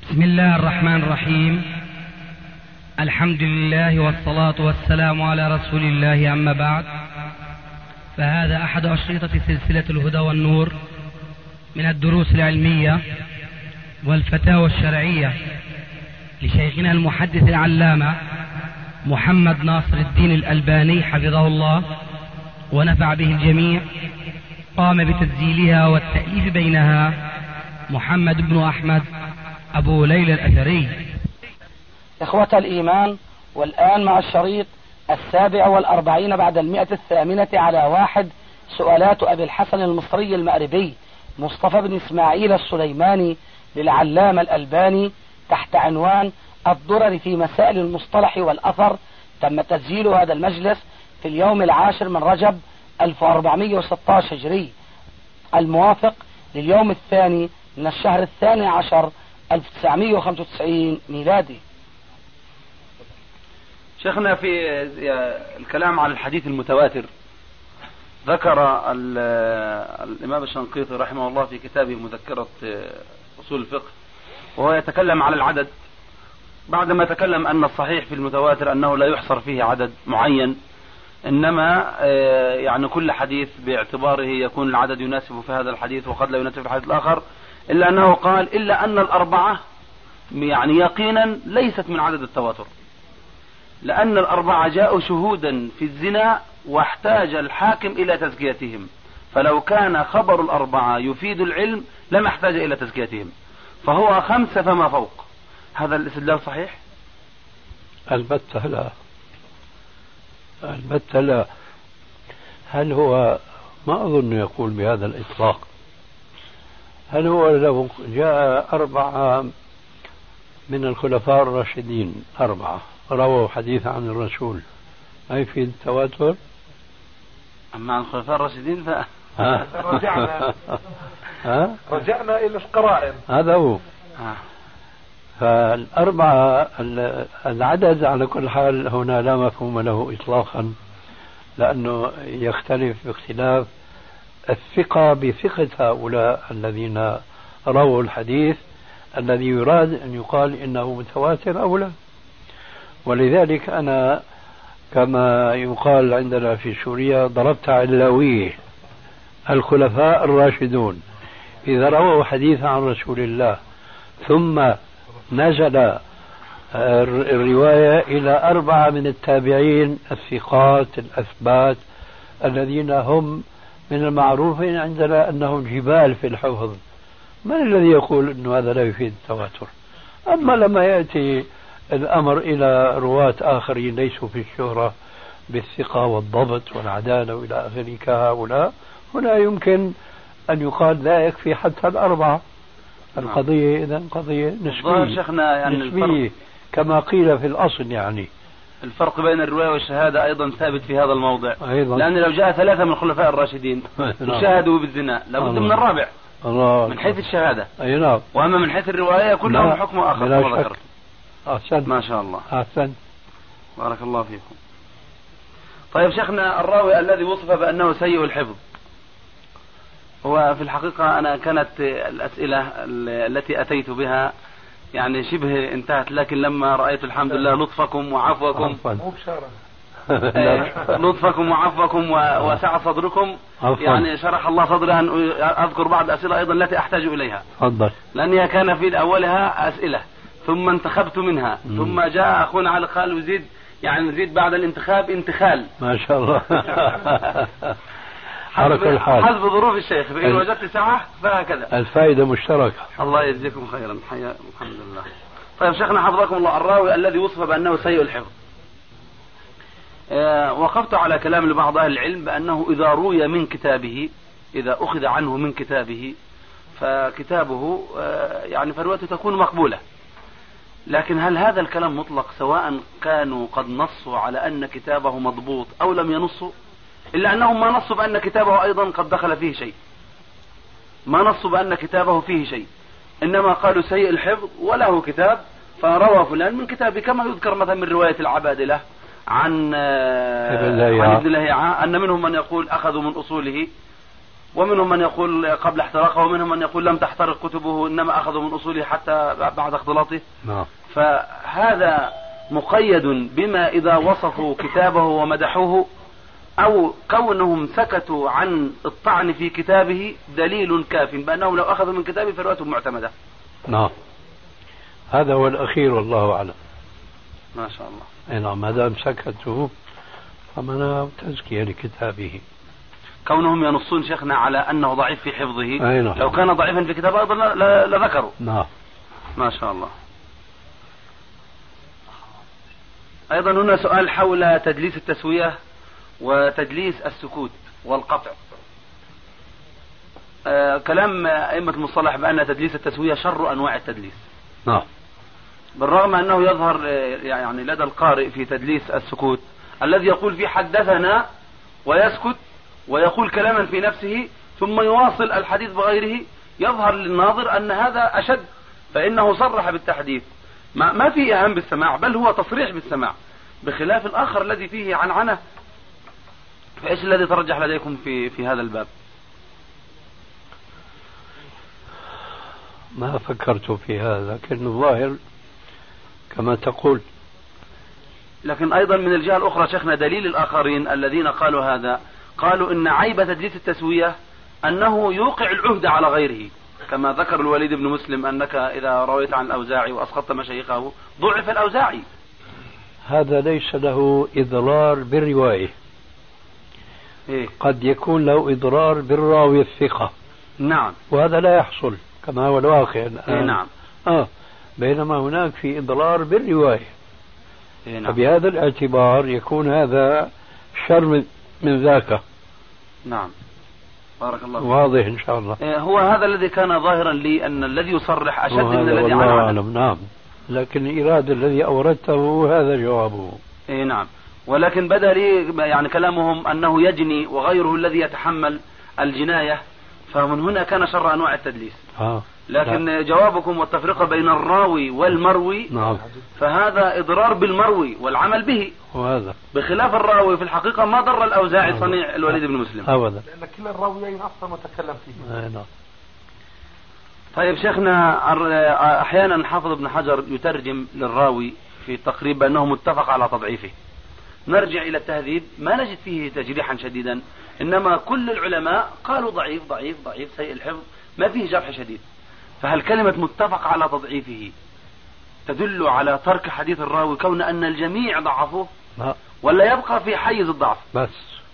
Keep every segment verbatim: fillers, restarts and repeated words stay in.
بسم الله الرحمن الرحيم. الحمد لله والصلاة والسلام على رسول الله، أما بعد، فهذا أحد أشرطة سلسلة الهدى والنور من الدروس العلمية والفتاوى الشرعية لشيخنا المحدث العلامة محمد ناصر الدين الألباني حفظه الله ونفع به الجميع. قام بتسجيلها والتأليف بينها محمد بن أحمد أبو ليلى الأثري. إخوة الإيمان، والآن مع الشريط السابع والأربعين بعد المئة الثامنة على واحد، سؤالات أبي الحسن المصري المأربي مصطفى بن إسماعيل السليماني للعلامة الألباني تحت عنوان الضرر في مسائل المصطلح والأثر. تم تسجيل هذا المجلس في اليوم العاشر من رجب ألف وأربعمئة وستة عشر هجري، الموافق لليوم الثاني من الشهر الثاني عشر ألف وتسعمئة وخمسة وتسعين ميلادي. شيخنا، في الكلام على الحديث المتواتر ذكر الإمام الشنقيطي رحمه الله في كتابه مذكرة أصول الفقه، وهو يتكلم على العدد بعدما تكلم أن الصحيح في المتواتر أنه لا يحصر فيه عدد معين، إنما يعني كل حديث باعتباره يكون العدد يناسب في هذا الحديث وقد لا يناسب في الحديث الآخر، إلا أنه قال إلا أن الأربعة يعني يقينا ليست من عدد التواتر، لأن الأربعة جاءوا شهودا في الزنا واحتاج الحاكم إلى تزكيتهم، فلو كان خبر الأربعة يفيد العلم لم يحتاج إلى تزكيتهم، فهو خمسة فما فوق. هذا الاستدلال صحيح؟ البتة لا، البتة لا. هل هو، ما أظن يقول بهذا الإطلاق، هل هو لو جاء أربعة من الخلفاء الراشدين أربعة رووا حديث عن الرسول ما يفيد التواتر؟ أما عن الخلفاء الراشدين ف رجعنا رجعنا إلى القرائن. هذا هو. فالأربعة العدد على كل حال هنا لا مفهوم له إطلاقا، لأنه يختلف باختلاف الثقة بثقة هؤلاء الذين رووا الحديث الذي يراد أن يقال إنه متواتر أو لا. ولذلك أنا كما يقال عندنا في سوريا ضربت علاويه الخلفاء الراشدون إذا رووا حديث عن رسول الله ثم نزل الرواية إلى أربعة من التابعين الثقات الأثبات الذين هم من المعروف عندنا أنهم جبال في الحفظ، من الذي يقول أن هذا لا يفيد التواتر؟ أما لما يأتي الأمر إلى رواة آخرين ليسوا في الشهرة بالثقة والضبط والعدالة وإلى آخره كهؤلاء، هنا يمكن أن يقال لا يكفي حتى الأربعة. القضية إذن قضية نسبية، شيخنا يعني نسبية كما قيل في الأصل. يعني الفرق بين الرواية والشهادة أيضا ثابت في هذا الموضع أيضا. لأن لو جاء ثلاثة من الخلفاء الراشدين وشاهدوا بالزنا لابد من الرابع الله من حيث الشهادة، أي نعم. وأما من حيث الرواية كلهم حكم آخر كما ذكرت. أحسن، ما شاء الله، أحسن، بارك الله فيكم. طيب شيخنا، الراوي الذي وصف بأنه سيء الحفظ، هو في الحقيقة أنا كانت الأسئلة التي أتيت بها يعني شبه انتهت، لكن لما رأيت الحمد لله لطفكم وعفوكم لطفكم وعفوكم وسع صدركم عفوا. يعني شرح الله صدري أن أذكر بعض الأسئلة أيضا التي أحتاج إليها، تفضل. لأنها كان في أولها أسئلة ثم انتخبت منها مم. ثم جاء أخونا علي قال وزيد يعني نزيد بعد الانتخاب انتخال ما شاء الله. حرك الحال حسب ظروف الشيخ، فإن وجدت ساعة فهكذا. الفائدة مشتركة. الله يجزيكم خيرا. الحمد لله. طيب شيخنا حفظكم الله، الراوي الذي وصف بأنه سيء الحفظ، أه وقفت على كلام لبعض أهل العلم بأنه إذا روي من كتابه، إذا أخذ عنه من كتابه فكتابه أه يعني فرواته تكون مقبولة، لكن هل هذا الكلام مطلق سواء كانوا قد نصوا على أن كتابه مضبوط أو لم ينصوا؟ إلا أنهم ما نصوا بأن كتابه أيضا قد دخل فيه شيء، ما نصوا بأن كتابه فيه شيء، إنما قالوا سيء الحفظ وله كتاب فروى فلان من كتابه، كما يذكر مثلا من رواية العبادلة عن عن ابن لهيعة أن منهم من يقول أخذوا من أصوله ومنهم من يقول قبل احتراقه، ومنهم من يقول لم تحترق كتبه إنما أخذوا من أصوله حتى بعد اختلاطه. نعم. فهذا مقيد بما إذا وصفوا كتابه ومدحوه أو كونهم سكتوا عن الطعن في كتابه دليل كاف بأنهم لو أخذوا من كتابه فرواته معتمدة. نعم، هذا هو الأخير والله أعلم. ما شاء الله. أي نعم، ما دام سكتوا فمنع تزكية لكتابه. كونهم ينصون شيخنا على أنه ضعيف في حفظه. أي نعم. لو كان ضعيفا في كتابه أيضا لذكروا. نعم. ما شاء الله. أيضا هنا سؤال حول تدليس التسوية وتدليس السكوت والقطع. آه كلام أئمة المصطلح بأن تدليس التسوية شر أنواع التدليس. نعم. بالرغم أنه يظهر يعني لدى القارئ في تدليس السكوت الذي يقول فيه حدثنا ويسكت ويقول كلاما في نفسه ثم يواصل الحديث بغيره، يظهر للناظر أن هذا أشد، فإنه صرح بالتحديث ما, ما فيه أهم بالسماع، بل هو تصريح بالسماع، بخلاف الآخر الذي فيه عنعنة. فإيش الذي ترجح لديكم في في هذا الباب؟ ما فكرت في هذا، لكن الظاهر كما تقول. لكن أيضا من الجهة الأخرى شيخنا دليل الآخرين الذين قالوا هذا، قالوا إن عيب تدليس التسوية أنه يوقع العهد على غيره، كما ذكر الوليد بن مسلم أنك إذا رويت عن الأوزاعي وأسقطت مشايخه ضعف الأوزاعي. هذا ليس له إضرار بالرواية. إيه؟ قد يكون له إضرار بالراوي الثقة. نعم. وهذا لا يحصل كما هو الواقع الآن. إيه نعم. آه. بينما هناك في إضرار بالرواية. إيه نعم. فبهذا الاعتبار يكون هذا شر من, من ذاك. نعم. بارك الله فيك. واضح إن شاء الله. إيه هو هذا الذي كان ظاهرا لي أن الذي يصرح أشد من الذي عنه. نعم. لكن الإرادة الذي أوردته هذا جوابه. إيه نعم. ولكن بدا لي يعني كلامهم أنه يجني وغيره الذي يتحمل الجناية، فمن هنا كان شر أنواع التدليس. آه. لكن لا. جوابكم والتفرقة بين الراوي والمروي. نعم. فهذا إضرار بالمروي والعمل به، وهذا بخلاف الراوي في الحقيقة ما ضر الأوزاعي صنيع الوليد بن مسلم أبدا، لأن كلا الراويين أصلا متكلم فيه. آه نعم. طيب شيخنا، أحيانا حافظ ابن حجر يترجم للراوي في التقريب أنه متفق على تضعيفه. نرجع إلى التهذيب ما نجد فيه تجريحا شديدا، إنما كل العلماء قالوا ضعيف ضعيف ضعيف سيء الحفظ، ما فيه جرح شديد. فهل كلمة متفق على تضعيفه تدل على ترك حديث الراوي كون أن الجميع ضعفوه؟ لا. ولا يبقى في حيز الضعف بس؟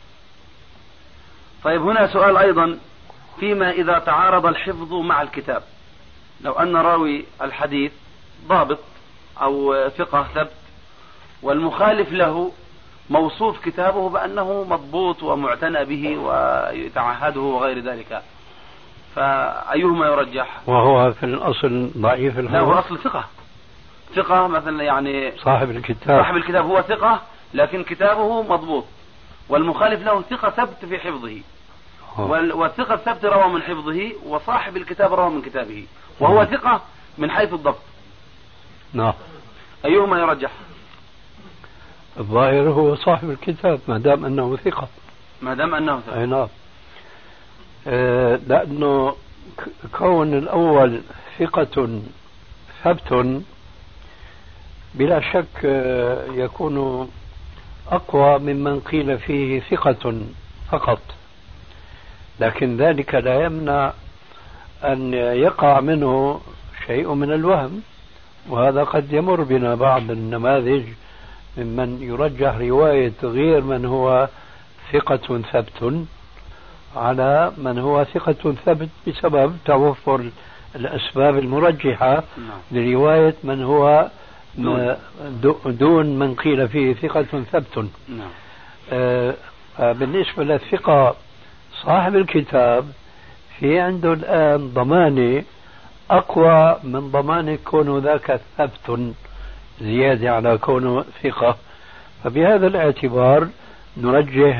طيب هنا سؤال أيضا فيما إذا تعارض الحفظ مع الكتاب. لو أن راوي الحديث ضابط أو ثقة ثبت والمخالف له موصوف كتابه بأنه مضبوط ومعتنى به ويتعهده وغير ذلك، فأيهما يرجح؟ وهو في الأصل ضعيف الحفظ. لا، هو أصل ثقة ثقة مثلا، يعني صاحب الكتاب صاحب الكتاب هو ثقة لكن كتابه مضبوط، والمخالف له ثقة ثبت في حفظه، والثقة الثبت روى من حفظه، وصاحب الكتاب روى من كتابه وهو مم. ثقة من حيث الضبط. نعم. أيهما يرجح؟ الظاهر هو صاحب الكتاب ما دام أنه ثقة. ما دام أنه ثقة. أي نعم. آه لأنه كون الأول ثقة ثبت بلا شك يكون أقوى ممن قيل فيه ثقة فقط، لكن ذلك لا يمنع أن يقع منه شيء من الوهم، وهذا قد يمر بنا بعض النماذج ممن يرجح رواية غير من هو ثقة ثبت على من هو ثقة ثبت بسبب توفر الأسباب المرجحة لرواية من هو دون, دون من قيل فيه ثقة ثبت. نعم. آه بالنسبة للثقة صاحب الكتاب في عنده الآن ضمانة أقوى من ضمانة كونه ذاك ثبت زيادة على كونه ثقة، فبهذا الاعتبار نرجح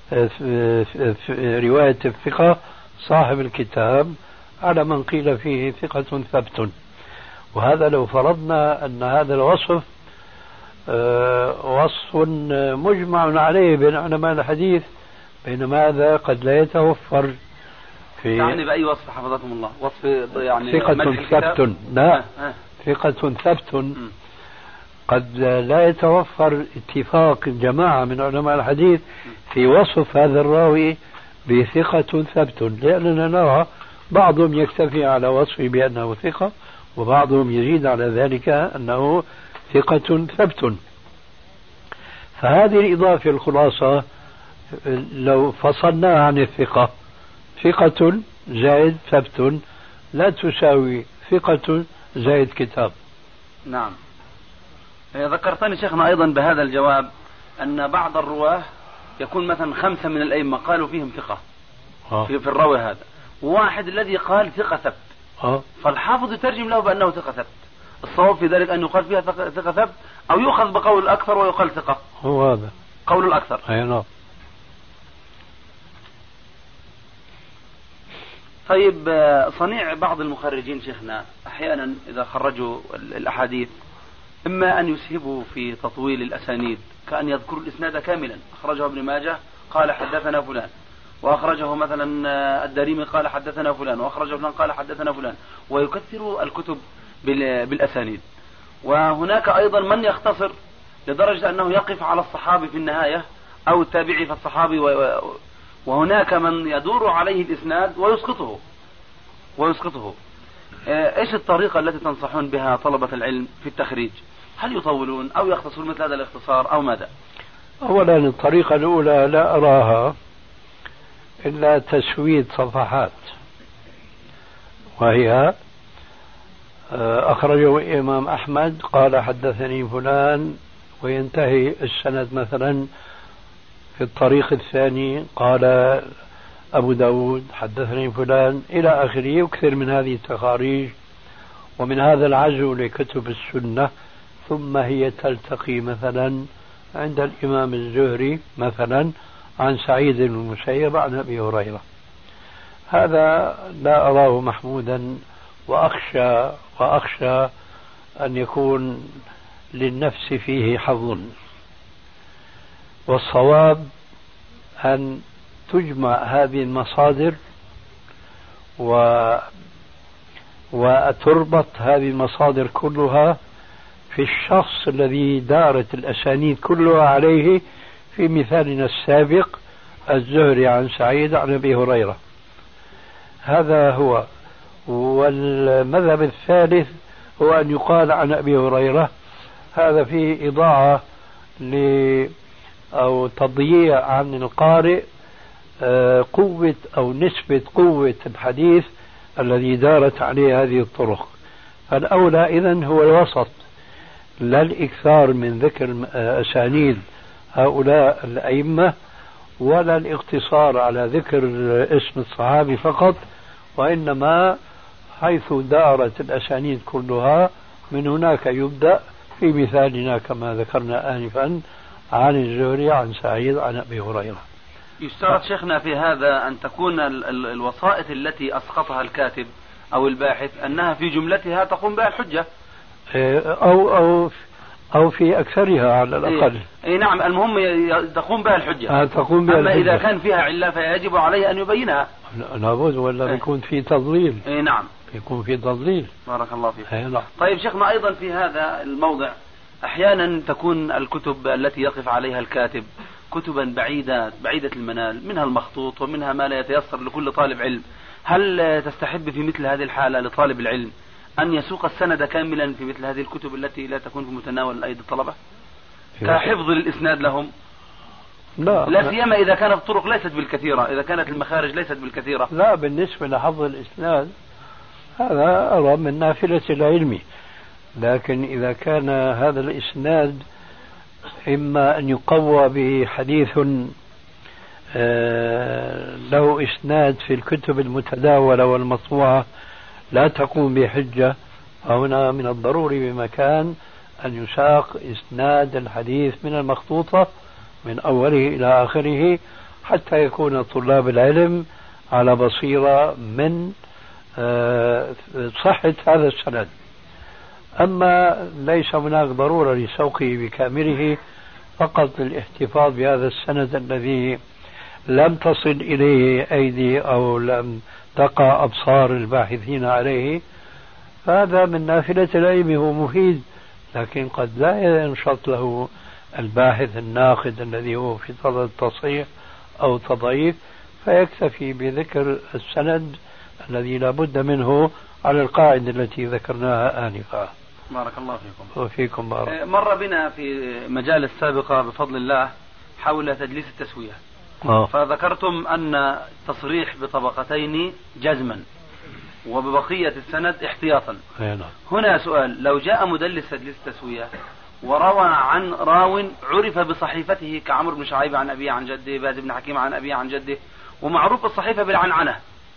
رواية الثقة صاحب الكتاب على من قيل فيه ثقة ثبت. وهذا لو فرضنا أن هذا الوصف وصف مجمع عليه بين علماء الحديث، بينما هذا قد لا يتوفر في يعني بأي وصف حفظكم الله؟ وصف يعني ثقة ثبت. لا، ثقة ثبت. قد لا يتوفر اتفاق جماعة من علماء الحديث في وصف هذا الراوي بثقة ثبت، لأننا نرى بعضهم يكتفي على وصفه بأنه ثقة، وبعضهم يزيد على ذلك أنه ثقة ثبت. فهذه الإضافة الخلاصة لو فصلناها عن الثقة، ثقة زائد ثبت لا تساوي ثقة زائد كتاب. نعم. ذكرتني شيخنا أيضا بهذا الجواب أن بعض الرواه يكون مثلا خمسة من الأئمة قالوا فيهم ثقة في, في الراوي هذا، وواحد الذي قال ثقة ثبت، فالحافظ يترجم له بأنه ثقة ثبت. الصواب في ذلك أن يقال فيها ثقة ثبت أو يؤخذ بقول الأكثر ويقال ثقة. هو هذا قول الأكثر. أي نعم. طيب، صنيع بعض المخرجين شيخنا أحيانا إذا خرجوا الأحاديث إما أن يسهبوا في تطويل الأسانيد، كأن يذكروا الإسناد كاملا، أخرجه ابن ماجه قال حدثنا فلان، وأخرجه مثلا الدارمي قال حدثنا فلان، وأخرجه فلان قال حدثنا فلان، ويكثروا الكتب بالأسانيد. وهناك أيضا من يختصر لدرجة أنه يقف على الصحابي في النهاية أو التابعي في الصحابي، وهناك من يدور عليه الإسناد ويسقطه ويسقطه إيش الطريقة التي تنصحون بها طلبة العلم في التخريج؟ هل يطولون أو يختصرون مثل هذا الاختصار أو ماذا؟ أولا الطريقة الأولى لا أراها إلا تسويد صفحات، وهي أخرجه الإمام أحمد قال حدثني فلان، وينتهي السند مثلا في الطريق الثاني قال أبو داود حدثني فلان إلى آخره. يكثر من هذه التخاريج ومن هذا العزو لكتب السنة، ثم هي تلتقي مثلا عند الإمام الزهري مثلا عن سعيد بن المسيب عن أبي هريرة. هذا لا أراه محمودا، وأخشى وأخشى أن يكون للنفس فيه حظ. والصواب أن تجمع هذه المصادر و... وتربط هذه المصادر كلها في الشخص الذي دارت الأسانيد كلها عليه، في مثالنا السابق الزهري عن سعيد عن أبي هريرة. هذا هو. والمذهب الثالث هو أن يقال عن أبي هريرة. هذا فيه إضاعة ل أو تضييع عن القارئ قوة أو نسبة قوة الحديث الذي دارت عليه هذه الطرق. فالأولى إذن هو الوسط، لا الإكثار من ذكر أسانيد هؤلاء الأئمة، ولا الاقتصار على ذكر اسم الصحابي فقط، وإنما حيث دارت الأسانيد كلها من هناك يبدأ، في مثالنا كما ذكرنا آنفا عن الزهري عن سعيد عن أبي هريرة. يشترط شيخنا في هذا أن تكون ال ال الوسائط التي أسقطها الكاتب أو الباحث أنها في جملتها تقوم بها الحجة، أو أو أو في أكثرها على الأقل. أي نعم، المهم تقوم بها الحجة. تقوم بها أما الحجة. إذا كان فيها علة فيجب عليه أن يبينها. لابد، ولا يكون في تضليل. أي نعم، يكون في تضليل. بارك الله فيك. نعم. طيب شيخنا، أيضا في هذا الموضع أحيانا تكون الكتب التي يقف عليها الكاتب كتبا بعيدة بعيدة المنال، منها المخطوط ومنها ما لا يتيسر لكل طالب علم. هل تستحب في مثل هذه الحالة لطالب العلم أن يسوق السند كاملا في مثل هذه الكتب التي لا تكون في متناول أيدي الطلبة كحفظ للإسناد لهم؟ لا لا سيما إذا كانت الطرق ليست بالكثيرة، إذا كانت المخارج ليست بالكثيرة. لا، بالنسبة لحفظ الإسناد هذا أرى من نافلة العلم، لكن إذا كان هذا الإسناد إما أن يقوى به حديث له إسناد في الكتب المتداولة والمطبوعة لا تقوم بحجة، فهنا من الضروري بمكان أن يساق إسناد الحديث من المخطوطة من أوله إلى آخره، حتى يكون طلاب العلم على بصيرة من صحة هذا السند. أما ليس هناك ضرورة لسوقه بكامله، فقط الاحتفاظ بهذا السند الذي لم تصل إليه أيدي أو لم تقع أبصار الباحثين عليه، هذا من نافلة العلم هو مفيد، لكن قد لا ينشط له الباحث الناقد الذي هو في صدد التصحيح أو تضعيف، فيكتفي بذكر السند الذي لا بد منه على القاعدة التي ذكرناها آنفا. بارك الله فيكم. وفيكم بارك. مر بنا في مجالس سابقة بفضل الله حول تدليس التسوية، أوه. فذكرتم أن التصريح بطبقتين جزما وببقية السند احتياطا. هنا. هنا سؤال: لو جاء مدلس تدليس التسوية وروى عن راو عرف بصحيفته كعمرو بن شعيب عن أبيه عن جده، باز بن حكيم عن أبيه عن جده، ومعروف الصحيفة بالعنعنة،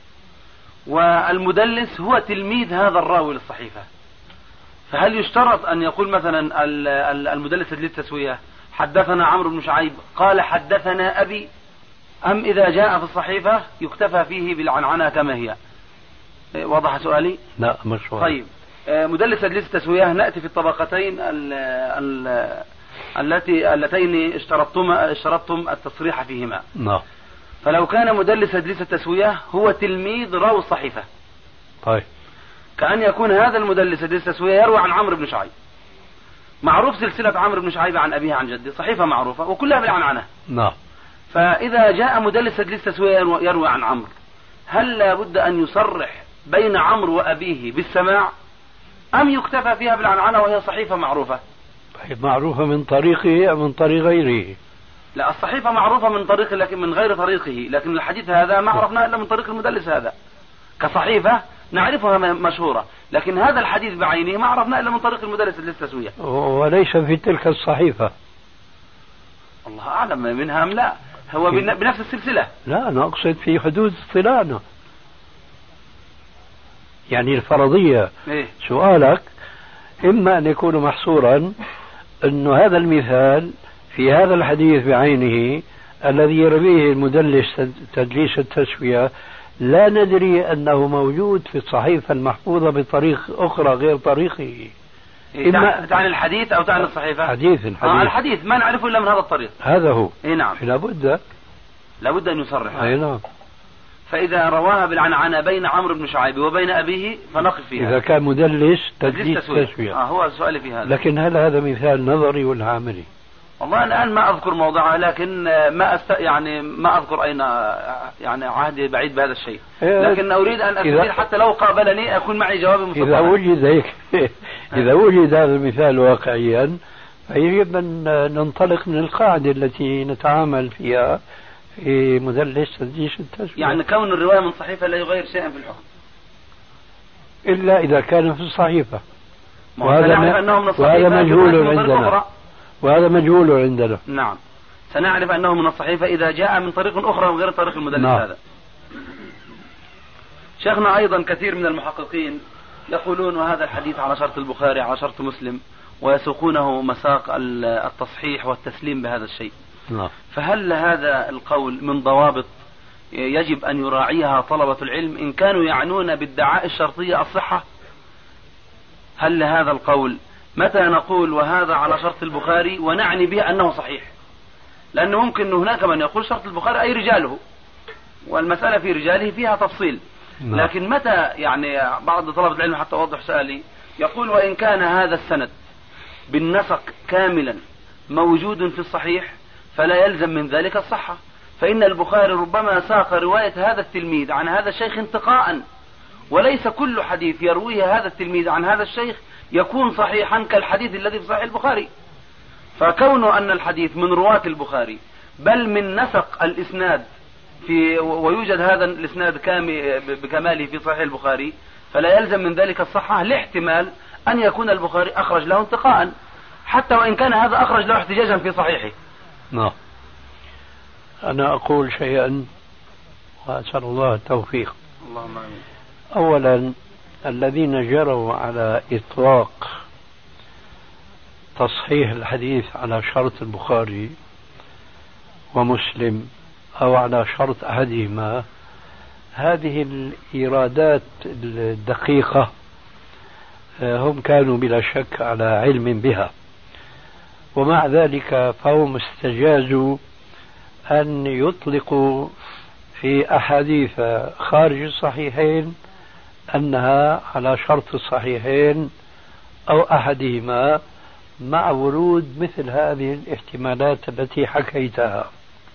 والمدلس هو تلميذ هذا الراوي للصحيفة، فهل يشترط أن يقول مثلا المدلس تدليس التسوية حدثنا عمرو بن شعيب قال حدثنا أبي، أم إذا جاء في الصحيفة يكتفى فيه بالعنعنة كما هي؟ وضح سؤالي؟ لا مش واضح. طيب، مدلس تدليس التسوية نأتي في الطبقتين التي اللتين اشترطتم اشترطتم التصريح فيهما. نعم. فلو كان مدلس تدليس التسوية هو تلميذ راوي الصحيفة، طيب، كأن يكون هذا المدلس تدليس التسوية يروي عن عمرو بن شعيب، معروف سلسلة عمرو بن شعيب عن أبيه عن جده، صحيفة معروفة وكلها بالعنعنة. نعم. فإذا جاء مدلس تدليس التسوية يروي عن عمرو، هل لا بد أن يصرح بين عمرو وأبيه بالسماع، أم يكتفى فيها بالعنعنة وهي صحيفة معروفة؟ طيب، معروفة من طريقه أم من طريق غيره؟ لا، الصحيفة معروفة من طريقه لكن من غير طريقه، لكن الحديث هذا ما عرفناه إلا من طريق المدلس هذا، كصحيفة نعرفها مشهورة، لكن هذا الحديث بعينه ما عرفناه إلا من طريق المدلس للتسوية. وليس في تلك الصحيفة. الله أعلم منها أم لا، هو بنفس السلسلة. لا، أنا أقصد في حدود اطلاعنا، يعني الفرضية. إيه؟ سؤالك إما أن يكون محصورا أنه هذا المثال في هذا الحديث بعينه الذي يرويه المدلس تدليس التسوية لا ندري أنه موجود في الصحيفة المحفوظة بطريق أخرى غير طريقه. إيه؟ إما تعني الحديث أو تعني الصحيفة؟ حديث الحديث. آه الحديث ما نعرفه إلا من هذا الطريق. هذا هو. إيه نعم. لابد لابد أن يصرح. أي نعم. فإذا رواها بالعنعنة بين عمرو بن شعيب وبين أبيه فنقف فيها. إذا كان مدلس تدليس تسوية. آه هو السؤال في هذا. لكن هل هذا مثال نظري ولا عملي؟ والله أنا الآن ما أذكر موضعه، لكن ما أست... يعني ما أذكر أين يعني عهدي بعيد بهذا الشيء، لكن أريد أن أستفيد حتى لو قابلني أكون معي جواب مستطيع. إذا وجد هيك إذا وجد هذا المثال واقعيا فيجب أن ننطلق من القاعدة التي نتعامل فيها في مدلس تدليس التسوية. يعني كون الرواية من صحيفة لا يغير شيئا في الحكم إلا إذا كان في الصحيفة، وهذا وهذا مجهول عندنا وهذا مجهول عندنا. نعم، سنعرف أنه من الصحيفة إذا جاء من طريق أخرى غير طريق المدلس. نعم. هذا شيخنا أيضا كثير من المحققين يقولون وهذا الحديث على شرط البخاري على شرط مسلم، ويسوقونه مساق التصحيح والتسليم بهذا الشيء. نعم. فهل هذا القول من ضوابط يجب أن يراعيها طلبة العلم إن كانوا يعنون بالدعاء الشرطية الصحة؟ هل هذا القول متى نقول وهذا على شرط البخاري ونعني به أنه صحيح؟ لأنه ممكن هناك من يقول شرط البخاري أي رجاله، والمسألة في رجاله فيها تفصيل. نعم. لكن متى يعني بعض طلبة العلم حتى أوضح سؤالي يقول وإن كان هذا السند بالنسق كاملا موجود في الصحيح فلا يلزم من ذلك الصحة، فإن البخاري ربما ساق رواية هذا التلميذ عن هذا الشيخ انتقاء، وليس كل حديث يرويه هذا التلميذ عن هذا الشيخ يكون صحيحا كالحديث الذي في صحيح البخاري. فكون أن الحديث من رواة البخاري بل من نسق الإسناد في ويوجد هذا الإسناد بكماله في صحيح البخاري فلا يلزم من ذلك الصحة، لاحتمال أن يكون البخاري أخرج له انتقاء حتى وإن كان هذا أخرج له احتجاجا في صحيحه. نعم. أنا أقول شيئا وأسأل الله التوفيق. اللهم آمين. أولا، الذين جروا على إطلاق تصحيح الحديث على شرط البخاري ومسلم أو على شرط أحدهما، هذه الإيرادات الدقيقة هم كانوا بلا شك على علم بها، ومع ذلك فهم استجازوا أن يطلقوا في أحاديث خارج الصحيحين أنها على شرط الصحيحين أو أحدهما، مع ورود مثل هذه الاحتمالات التي حكيتها.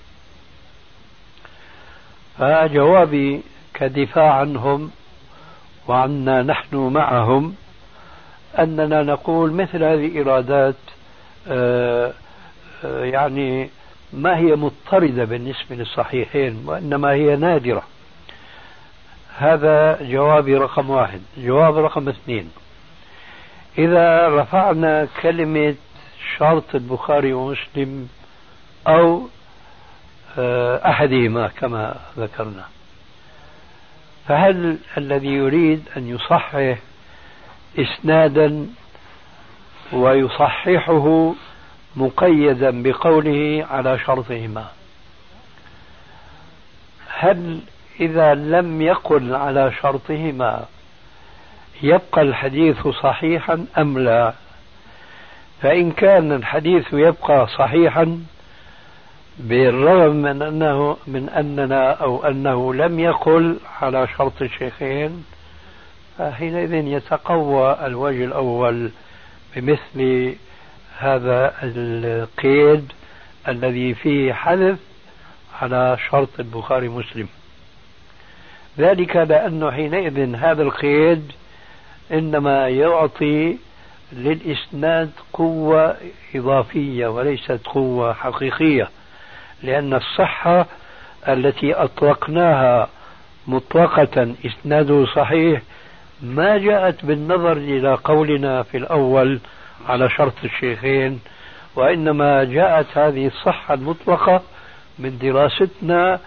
فجوابي كدفاع عنهم وعنا نحن معهم أننا نقول مثل هذه الإيرادات آه آه يعني ما هي مضطردة بالنسبة للصحيحين، وإنما هي نادرة. هذا جوابي رقم واحد. جواب رقم اثنين: إذا رفعنا كلمة شرط البخاري ومسلم أو أحدهما كما ذكرنا، فهل الذي يريد أن يصحح إسنادا ويصححه مقيدا بقوله على شرطهما، هل إذا لم يقل على شرطهما يبقى الحديث صحيحا أم لا؟ فإن كان الحديث يبقى صحيحا بالرغم من أنه من أننا أو أنه لم يقل على شرط الشيخين، فحينئذ يتقوى الوجه الأول بمثل هذا القيد الذي فيه حذف على شرط البخاري مسلم. ذلك لأنه حينئذ هذا القيد إنما يعطي للإسناد قوة إضافية وليست قوة حقيقية، لأن الصحة التي أطلقناها مطلقة إسناده صحيح ما جاءت بالنظر إلى قولنا في الأول على شرط الشيخين، وإنما جاءت هذه الصحة المطلقة من دراستنا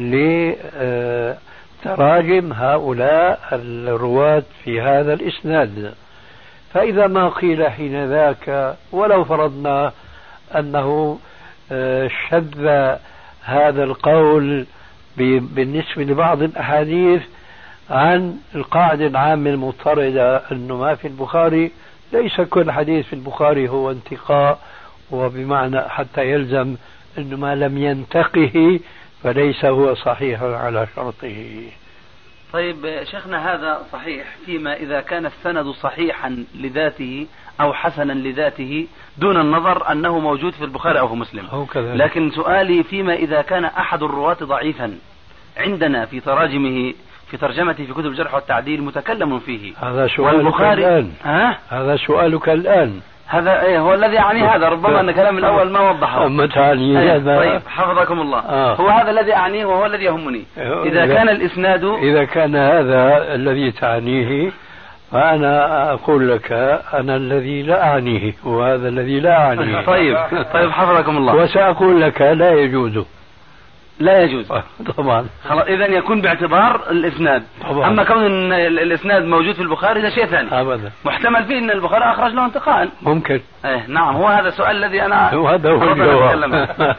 لتراجم هؤلاء الرواة في هذا الإسناد. فإذا ما قيل حين ذاك ولو فرضنا أنه شذ هذا القول بالنسبة لبعض الأحاديث عن القاعدة العامة المضطردة أنه ما في البخاري، ليس كل حديث في البخاري هو انتقاء، وبمعنى حتى يلزم أنه ما لم ينتقه فليس هو صحيح على شرطه. طيب شيخنا، هذا صحيح فيما إذا كان السند صحيحا لذاته أو حسنا لذاته دون النظر أنه موجود في البخاري أو في مسلم. لكن سؤالي فيما إذا كان أحد الرواة ضعيفا عندنا في تراجمه في ترجمته في كتب الجرح والتعديل متكلم فيه، هذا سؤالك الآن. ها؟ هذا سؤالك الآن. هذا إيه هو الذي يعني هذا ربما أن كلام الأول ما وضحه. أما تعني هذا. طيب حفظكم الله. آه. هو هذا الذي أعنيه وهو الذي يهمني. إذا كان الإسناد إذا كان هذا الذي تعنيه فأنا أقول لك أنا الذي لا أعنيه وهذا الذي لا أعنيه. طيب طيب حفظكم الله. وسأقول لك لا يجوز. لا يجوز طبعا. خلاص إذا يكون باعتبار الإسناد طبعا. أما كون الإسناد موجود في البخاري ده شيء ثاني. أبدا. محتمل فيه أن البخاري أخرج له انتقاء. ممكن. إيه نعم، هو هذا السؤال الذي أنا وهذا هو الجواب.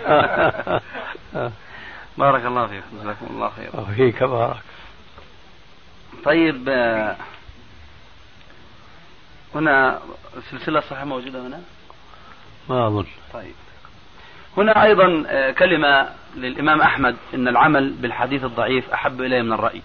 بارك الله فيك، جزاكم الله خير. وفيك بارك. طيب هنا السلسلة الصحيحة موجودة هنا؟ ما أظن. طيب هنا أيضا كلمة للإمام أحمد إن العمل بالحديث الضعيف أحب إليه من الرأي،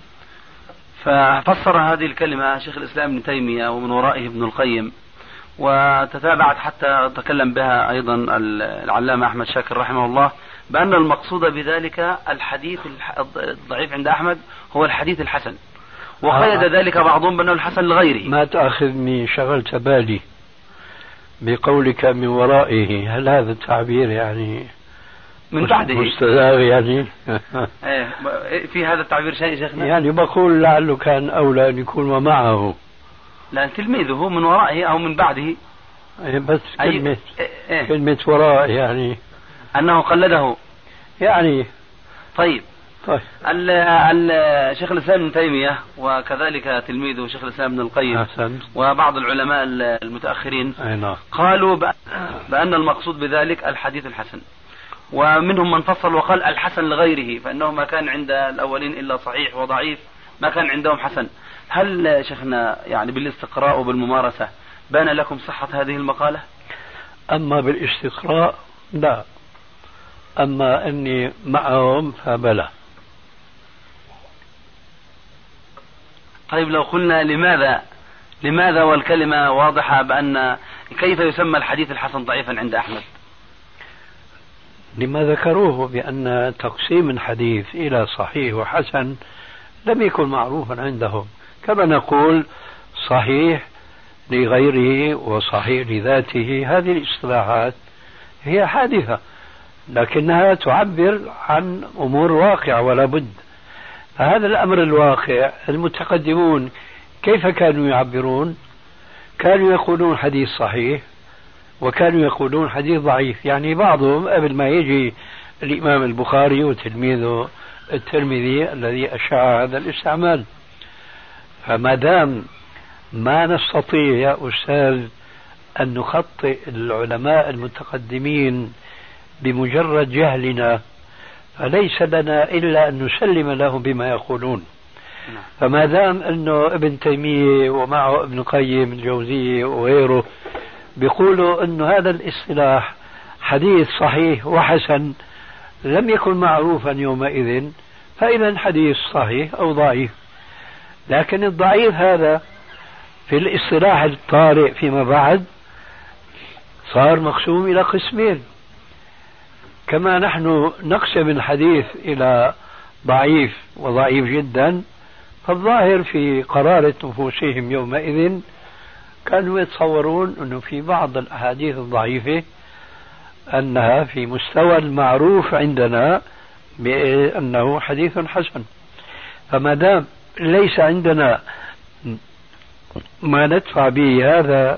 ففسر هذه الكلمة شيخ الإسلام ابن تيمية ومن ورائه ابن القيم، وتتابعت حتى تكلم بها أيضا العلامة أحمد شاكر رحمه الله بأن المقصود بذلك الحديث الضعيف عند أحمد هو الحديث الحسن، وقيد ذلك بعضهم بأنه الحسن لغيره. ما تأخذني شغلت بالي بقولك من ورائه، هل هذا التعبير يعني من بعده مستدار يعني؟ ايه في هذا التعبير شيء شيخنا؟ يعني بقول لعله كان أولى أن يكون ومعه، لا تلميذه من ورائه أو من بعده. بس كلمة إيه؟ كلمة وراء يعني أنه قلده يعني. طيب طيب شيخ الإسلام ابن تيمية وكذلك تلميذه شيخ الإسلام ابن القيم أحسن. وبعض العلماء المتأخرين قالوا بأن المقصود بذلك الحديث الحسن، ومنهم من فصل وقال الحسن لغيره، فإنه ما كان عند الأولين إلا صحيح وضعيف، ما كان عندهم حسن. هل شيخنا يعني بالاستقراء وبالممارسة بان لكم صحة هذه المقالة؟ أما بالاستقراء لا، أما أني معهم فبلى. طيب لو قلنا لماذا لماذا والكلمة واضحة بأن كيف يسمى الحديث الحسن ضعيفا عند أحمد؟ لما ذكروه بأن تقسيم الحديث إلى صحيح وحسن لم يكن معروفا عندهم، كما نقول صحيح لغيره وصحيح لذاته. هذه الاصطلاحات هي حادثة لكنها تعبر عن أمور واقعة ولا بد. فهذا الأمر الواقع المتقدمون كيف كانوا يعبرون؟ كانوا يقولون حديث صحيح وكانوا يقولون حديث ضعيف. يعني بعضهم قبل ما يجي الإمام البخاري وتلميذه الترمذي الذي أشاع هذا الاستعمال. فما دام ما نستطيع يا أستاذ أن نخطئ العلماء المتقدمين بمجرد جهلنا، فليس لنا إلا أن نسلم لهم بما يقولون. فما دام أنه ابن تيمية ومعه ابن قيم الجوزية وغيره بيقولوا أنه هذا الاصطلاح حديث صحيح وحسن لم يكن معروفا يومئذ، فإذا حديث صحيح أو ضعيف. لكن الضعيف هذا في الاصطلاح الطارئ فيما بعد صار مقسوم إلى قسمين، كما نحن نقسم الحديث إلى ضعيف وضعيف جدا. فالظاهر في قرارة نفوسهم يومئذ كانوا يتصورون أنه في بعض الأحاديث الضعيفة أنها في مستوى المعروف عندنا بأنه حديث حسن. فما دام ليس عندنا ما ندفع به هذا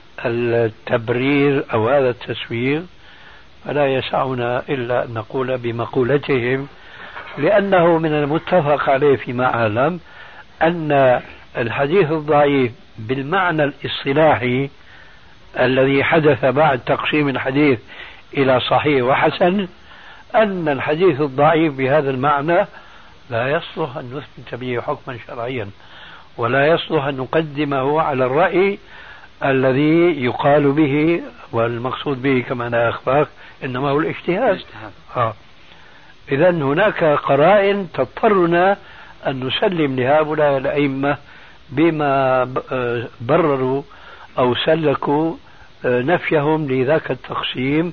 التبرير أو هذا التسوير، فلا يسعنا إلا أن نقول بمقولتهم، لأنه من المتفق عليه فيما أعلم أن الحديث الضعيف بالمعنى الاصطلاحي الذي حدث بعد تقسيم الحديث إلى صحيح وحسن، أن الحديث الضعيف بهذا المعنى لا يصلح أن نثبت به حكما شرعيا، ولا يصلح أن نقدمه على الرأي الذي يقال به والمقصود به كما لا أخفاك إنما هو الاجتهاد. آه. إذا هناك قرائن تضطرنا أن نسلم لهؤلاء الأئمة بما برروا أو سلكوا نفيهم لذاك التقسيم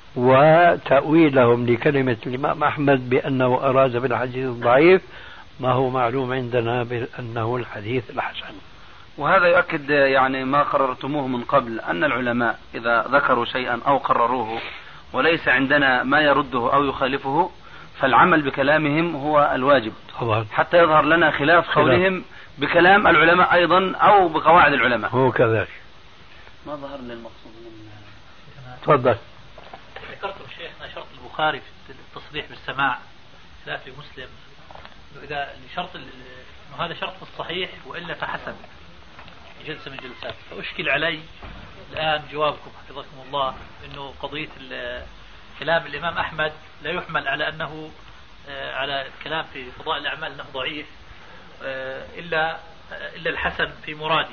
وتأويلهم لكلمة الإمام أحمد بأنه أراد بالحديث الضعيف ما هو معلوم عندنا بأنه الحديث الحسن. وهذا يؤكد يعني ما قررتموه من قبل، أن العلماء إذا ذكروا شيئا أو قرروه وليس عندنا ما يرده أو يخالفه فالعمل بكلامهم هو الواجب طبعا، حتى يظهر لنا خلاف, خلاف قولهم بكلام العلماء أيضا أو بقواعد العلماء. هو كذلك. ما ظهر لي المقصود من تفضل. ذكرتم شيخنا شرط البخاري في التصريح بالسماع لا في مسلم، إذا شرط إنه هذا شرط في الصحيح وإلا فحسن جلسة من جلسات. فأشكل علي الآن جوابكم حفظكم الله إنه قضية كلام الإمام أحمد لا يحمل على أنه على الكلام في فضاء الأعمال أنه ضعيف إلا إلا الحسن في مراده.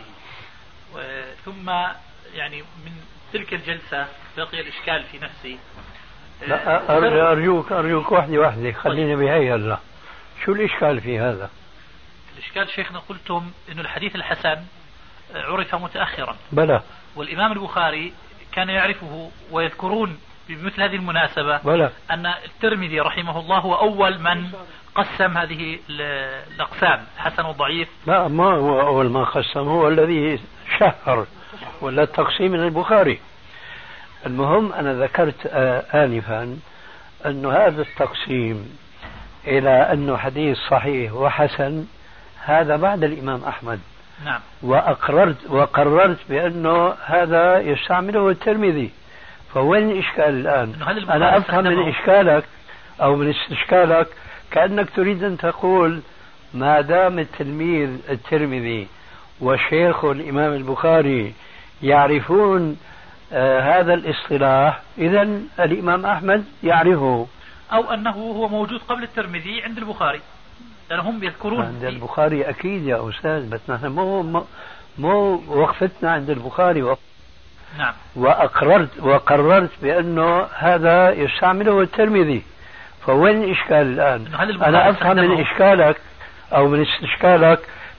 ثم يعني من تلك الجلسة بقي الإشكال في نفسي. لا أرجوك أرجوك واحدة واحدة خلينا بهي هلا. شو الإشكال في هذا؟ الإشكال شيخنا قلتم إنه الحديث الحسن عرف متأخرا بلى، والإمام البخاري كان يعرفه، ويذكرون بمثل هذه المناسبة بلى. أن الترمذي رحمه الله هو أول من قسم هذه الأقسام الحسن والضعيف. لا، ما هو أول ما قسم، هو الذي شهر ولا التقسيم من البخاري. المهم أنا ذكرت آنفا أن هذا التقسيم إلى أنه حديث صحيح وحسن هذا بعد الإمام أحمد. نعم. وأقررت وقررت بأنه هذا يستعمله الترمذي. فوين الإشكال الآن؟ أنا أفهم من إشكالك أو من استشكالك كأنك تريد أن تقول ما دام التلميذ الترمذي وشيخه الإمام البخاري يعرفون آه هذا الاصطلاح إذا الإمام أحمد يعرفه، أو أنه هو موجود قبل الترمذي عند البخاري، لأنهم يذكرون عند البخاري أكيد يا أستاذ، بس نحن مو مو, مو وقفتنا عند البخاري وقف. نعم. وأقررت وقررت بأنه هذا يستعمله الترمذي. فوين الإشكال الآن؟ أنا أفهم من إشكالك أو من استشكالك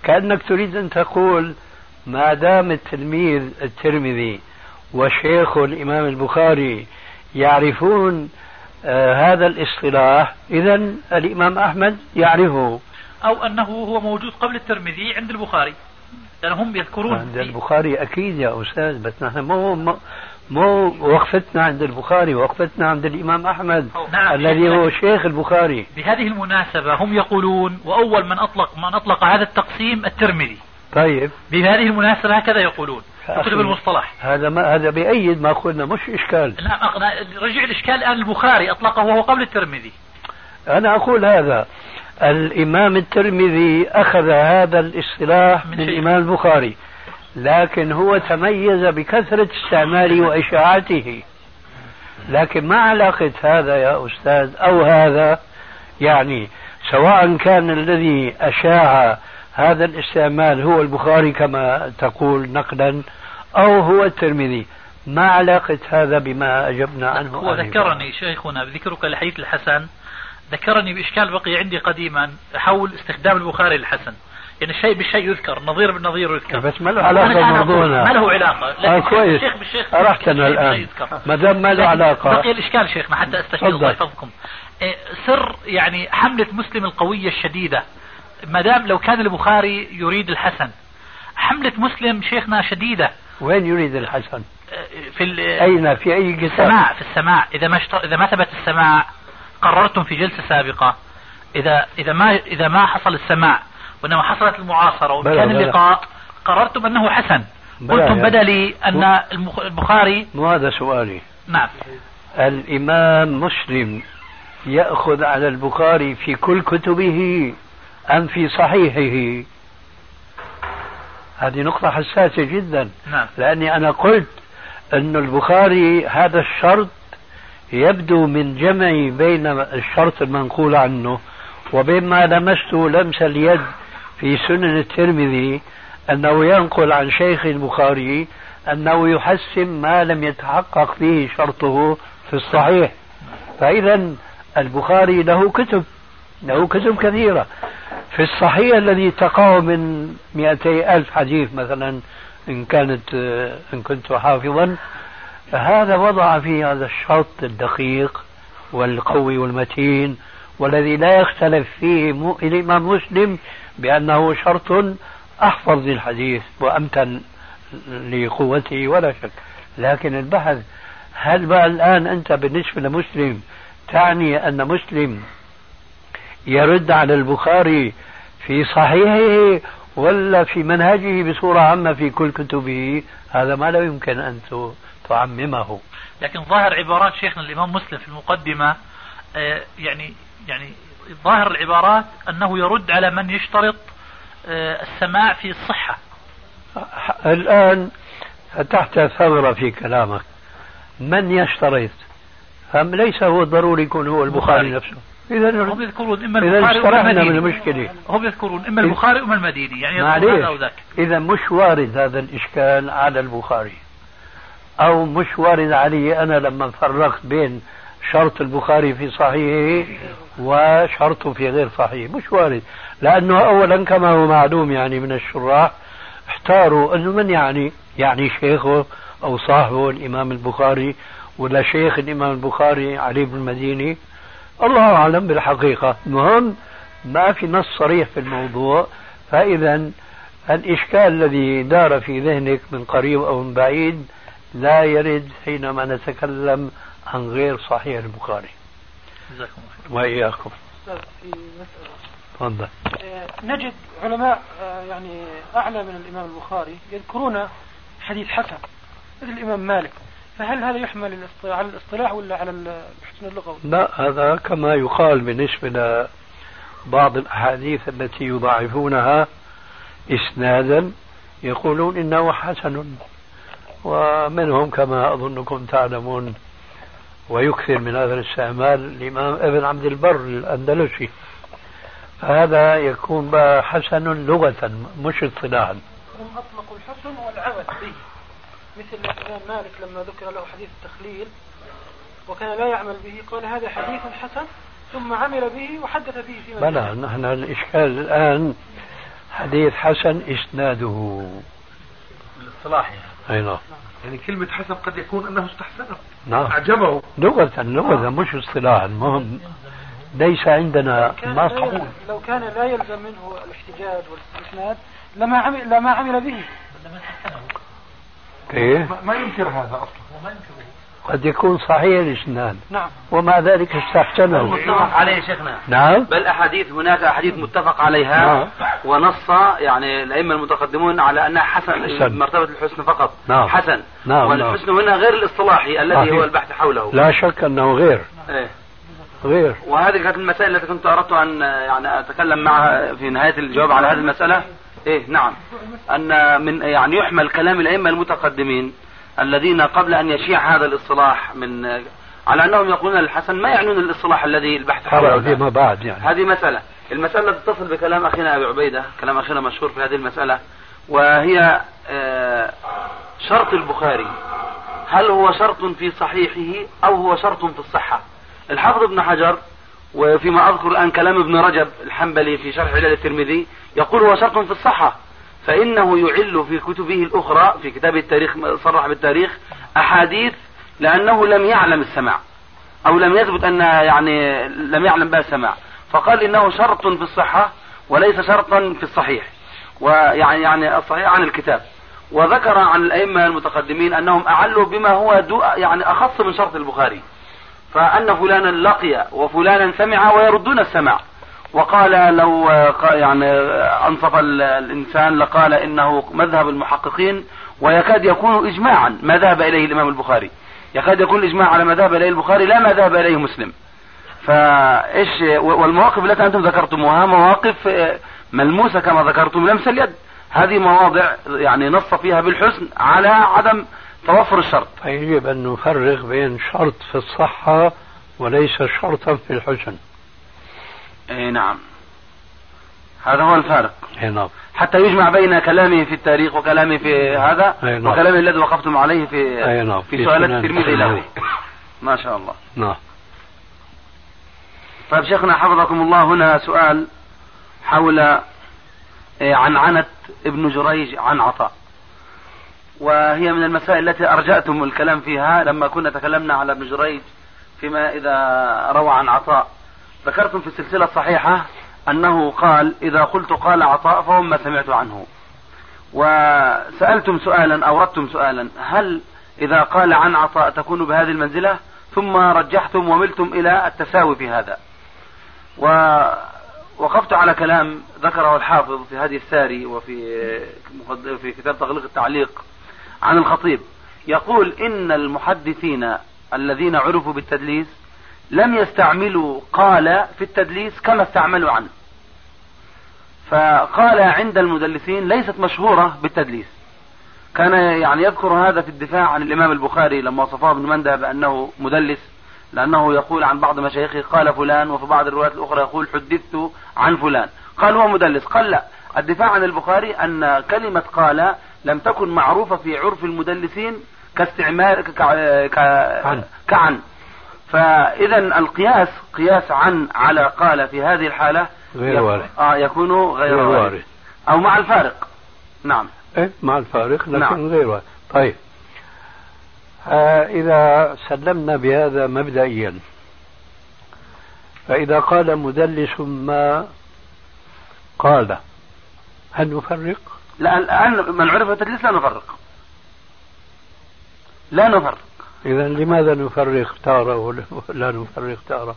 كأنك تريد أن تقول ما دام التلميذ الترمذي وشيخ الإمام البخاري يعرفون آه هذا الاصطلاح، إذا الإمام أحمد يعرفه، أو أنه هو موجود قبل الترمذي عند البخاري، لأن هم يذكرون عند البخاري أكيد يا أستاذ، بس نحن مو مو, مو وقفتنا عند البخاري، وقفتنا عند الإمام أحمد نعم الذي هو شيخ البخاري. بهذه المناسبة هم يقولون وأول من أطلق من أطلق هذا التقسيم الترمذي. طيب بهذه المناسبة هكذا يقولون كتب المصطلح. هذا ما هذا بأيد ما قلنا، مش إشكال. نعم رجع الإشكال الآن البخاري أطلقه وهو قبل الترمذي. أنا أقول هذا الإمام الترمذي أخذ هذا الاصطلاح من, من الإمام البخاري، لكن هو تميز بكثرة استعماله وإشاعته. لكن ما علاقة هذا يا أستاذ أو هذا، يعني سواء كان الذي أشاع هذا الاستعمال هو البخاري كما تقول نقلا أو هو الترمذي، ما علاقة هذا بما أجبنا عنه؟ هو ذكرني شيخنا بذكرك لحديث الحسن، ذكرني بإشكال بقي عندي قديما حول استخدام البخاري للحسن، يعني الشيء بالشيء يذكر، النظير بالنظير يذكر، بس ما له علاقة بموضوعنا. ما له علاقة. آه كويس، الشيخ بالشيخ أرحتنا الآن ما دام ما له علاقة. بقي الإشكال شيخنا حتى أستشهد الله يحفظكم. سر يعني حملة مسلم القوية الشديدة، ما دام لو كان البخاري يريد الحسن، حملة مسلم شيخنا شديدة. وين يريد الحسن؟ في أين في أي كتاب؟ السماع، في السماع. إذا ما اشتر... إذا ما ثبت السماع قررتم في جلسة سابقة، إذا إذا ما إذا ما حصل السماع وإنما حصلت المعاصرة وكان اللقاء قررتم أنه حسن، قلتم بدلي أن البخاري. وهذا سؤالي. نعم. الإمام مسلم يأخذ على البخاري في كل كتبه أم في صحيحه؟ هذه نقطة حساسة جدا. نعم. لأني أنا قلت أن البخاري هذا الشرط يبدو من جمع بين الشرط المنقول عنه وبين ما لمسته لمس اليد في سنن الترمذي، أنه ينقل عن شيخ البخاري أنه يحسن ما لم يتحقق فيه شرطه في الصحيح. فإذا البخاري له كتب له كتب كثيرة في الصحيح الذي تقع من مئتي ألف حديث مثلا إن كانت إن كنت حافظا، فهذا وضع فيه هذا الشرط الدقيق والقوي والمتين والذي لا يختلف فيه الإمام مسلم بأنه شرط أحفظ للحديث وأمتن لقوته ولا شك. لكن البحث هل بقى الآن أنت بالنسبة لمسلم تعني أن مسلم يرد على البخاري في صحيحه ولا في منهجه بصورة عامة في كل كتبه؟ هذا ما لا يمكن أن تعممه. لكن ظاهر عبارات شيخنا الإمام مسلم في المقدمة آه يعني يعني ظاهر العبارات أنه يرد على من يشترط آه السماع في الصحة. الآن فتحت ثغرة في كلامك، من يشترط؟ هم ليس هو ضروري يكون هو البخاري نفسه. إذا هم يذكرون إما البخاري وإما المديني. من المشكلة هم يذكرون إما البخاري وإما المديني، يعني معليش. إذا مش وارد هذا الإشكال على البخاري، أو مش وارد علي أنا لما فرقت بين شرط البخاري في صحيحه وشرطه في غير صحيح، مش وارد. لأنه أولا كما هو معلوم يعني من الشراح احتاروا أنه من يعني يعني شيخه أو صاحبه الإمام البخاري ولا شيخ الإمام البخاري علي بن المديني، الله أعلم بالحقيقة. المهم ما في نص صريح في الموضوع. فإذا الإشكال الذي دار في ذهنك من قريب أو من بعيد لا يرد حينما نتكلم عن غير صحيح البخاري. وإياكم. تفضل. نجد علماء يعني أعلى من الإمام البخاري يذكرون حديث حسن مثل الإمام مالك، فهل هذا يحمل على الاصطلاح ولا على الحسن اللغوي؟ لا، هذا كما يقال بالنسبة لبعض الأحاديث التي يضاعفونها إسنادا يقولون إنه حسن، ومنهم كما أظنكم تعلمون ويكثر من هذا الاستعمال الإمام ابن عبد البر الأندلسي، فهذا يكون بقى حسن لغة مش اصطلاحا. هم أطلقوا الحسن والعمل به، مثل الإمام مالك لما ذكر له حديث التخليل وكان لا يعمل به قال هذا حديث حسن ثم عمل به وحدث به فيما. بلى، نحن الإشكال الآن حديث حسن إسناده الاصطلاح يعني. أي نعم. يعني كلمة حسن قد يكون أنه استحسنه. نعم. أعجبه. لغة لغة مش اصطلاحا. المهم ليس عندنا ما قبول. لو كان لا يلزم منه الاحتجاج والاستسناد لما عمل لما عمل به. كيف؟ ما ينكر هذا أصلا. قد يكون صحيح الإسناد. نعم. ومع ذلك استحسنه. متفق عليه شيخنا. نعم. بل أحاديث هناك أحاديث متفق عليها. نعم. ونص يعني الأئمة المتقدمون على أنها حسن, حسن. مرتبة الحسن فقط. نعم. حسن. نعم. والحسن هنا غير الاصطلاحي الذي صحيح. هو البحث حوله. لا شك أنه غير. إيه. غير. وهذه كانت المسائل التي كنت أردت أن يعني أتكلم معها في نهاية الجواب على هذه المسألة. إيه نعم. أن من يعني يحمل كلام الأئمة المتقدمين الذين قبل أن يشيع هذا الاصطلاح من على أنهم يقولون الحسن ما يعنون الاصطلاح الذي البحث حوله فيما بعد يعني. هذه مسألة. المسألة التي تتصل بكلام أخينا أبي عبيدة، كلام أخينا مشهور في هذه المسألة، وهي شرط البخاري هل هو شرط في صحيحه أو هو شرط في الصحة؟ الحافظ ابن حجر وفيما أذكر الآن كلام ابن رجب الحنبلي في شرح علل الترمذي يقول هو شرط في الصحة، فإنه يعل في كتبه الأخرى في كتاب التاريخ صرح بالتاريخ أحاديث لأنه لم يعلم السماع أو لم يثبت أن يعني لم يعلم بها السماع، فقال إنه شرط في الصحة وليس شرطا في الصحيح، ويعني يعني الصحيح عن الكتاب. وذكر عن الأئمة المتقدمين أنهم أعلوا بما هو دو يعني أخص من شرط البخاري، فأن فلانا لقي وفلانا سمع ويردون السماع، وقال لو يعني أنصف الإنسان لقال إنه مذهب المحققين ويكاد يكون إجماعا ما ذهب إليه الإمام البخاري، يكاد يكون إجماع على ما ذهب إليه البخاري لا ما ذهب إليه مسلم. فإيش والمواقف التي أنتم ذكرتموها مواقف ملموسة كما ذكرتم لمس اليد، هذه مواضع يعني نص فيها بالحسن على عدم توفر الشرط. فيجب أن نفرق بين شرط في الصحة وليس شرطا في الحسن. اي نعم، هذا هو الفارق. اي نعم. حتى يجمع بين كلامه في التاريخ وكلامه في هذا نعم. وكلامه الذي وقفتم عليه في نعم. في سؤالات الترمذي له. ما شاء الله. نعم. طيب شيخنا حفظكم الله، هنا سؤال حول عنعنة ابن جريج عن عطاء، وهي من المسائل التي أرجأتم الكلام فيها لما كنا تكلمنا على ابن جريج فيما إذا روى عن عطاء. ذكرتم في السلسلة الصحيحة أنه قال إذا قلت قال عطاء فهم ما سمعت عنه، وسألتم سؤالا أوردتم سؤالا هل إذا قال عن عطاء تكون بهذه المنزلة، ثم رجحتم وملتم إلى التساوي في هذا. ووقفت على كلام ذكره الحافظ في هذه الساري وفي في كتاب تغليق التعليق عن الخطيب، يقول إن المحدثين الذين عرفوا بالتدليس لم يستعملوا قال في التدليس كما استعملوا عنه، فقال عند المدلسين ليست مشهورة بالتدليس. كان يعني يذكر هذا في الدفاع عن الإمام البخاري لما وصفه ابن منده بأنه مدلس، لأنه يقول عن بعض مشايخه قال فلان، وفي بعض الروايات الأخرى يقول حدثت عن فلان، قال هو مدلس. قال لا، الدفاع عن البخاري أن كلمة قال لم تكن معروفة في عرف المدلسين كاستعمال كعن, كعن. فإذا القياس قياس عن على قال في هذه الحالة غير وارد. آه يكون غير, غير وارد. وارد أو مع الفارق. نعم. إيه مع الفارق لكن نعم. غير وارد. طيب آه إذا سلمنا بهذا مبدئيا، فإذا قال مدلس ما قال هل نفرق؟ لا، الآن من عرف التدليس لا نفرق، لا نفرق. إذا لماذا نفرق تارة ولا نفرق تارة؟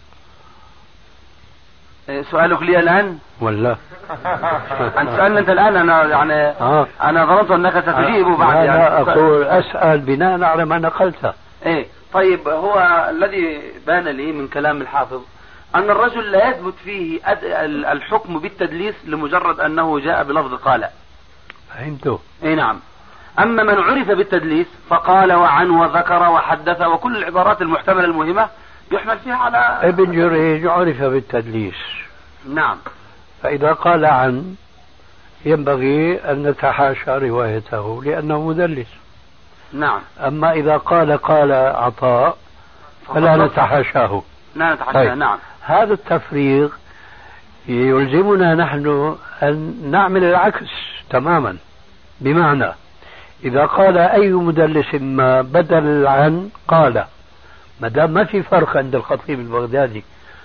سؤالك لي الآن ولا أنت سألنا أنت الآن؟ أنا يعني آه. أنا ظننت أنك ستجيب آه. بعد. لا يعني لا أقول أسأل بناء على ما نقلته. إيه طيب، هو الذي بان لي من كلام الحافظ أن الرجل لا يثبت فيه الحكم بالتدليس لمجرد أنه جاء بلفظ قال. فهمته. إيه نعم. أما من عرف بالتدليس فقال وعن وذكر وحدث وكل العبارات المحتملة المهمة يحمل فيها على ابن جريج عرف بالتدليس. نعم. فإذا قال عن ينبغي أن نتحاشى روايته لأنه مدلس. نعم. أما إذا قال قال عطاء فلا نتحاشاه. لا نتحاشاه. طيب. نعم. هذا التفريق يلزمنا نحن أن نعمل العكس تماما. بمعنى إذا قال أي مدلس ما بدل عن قال، ما دام ما في فرق عند الخطيب البغدادي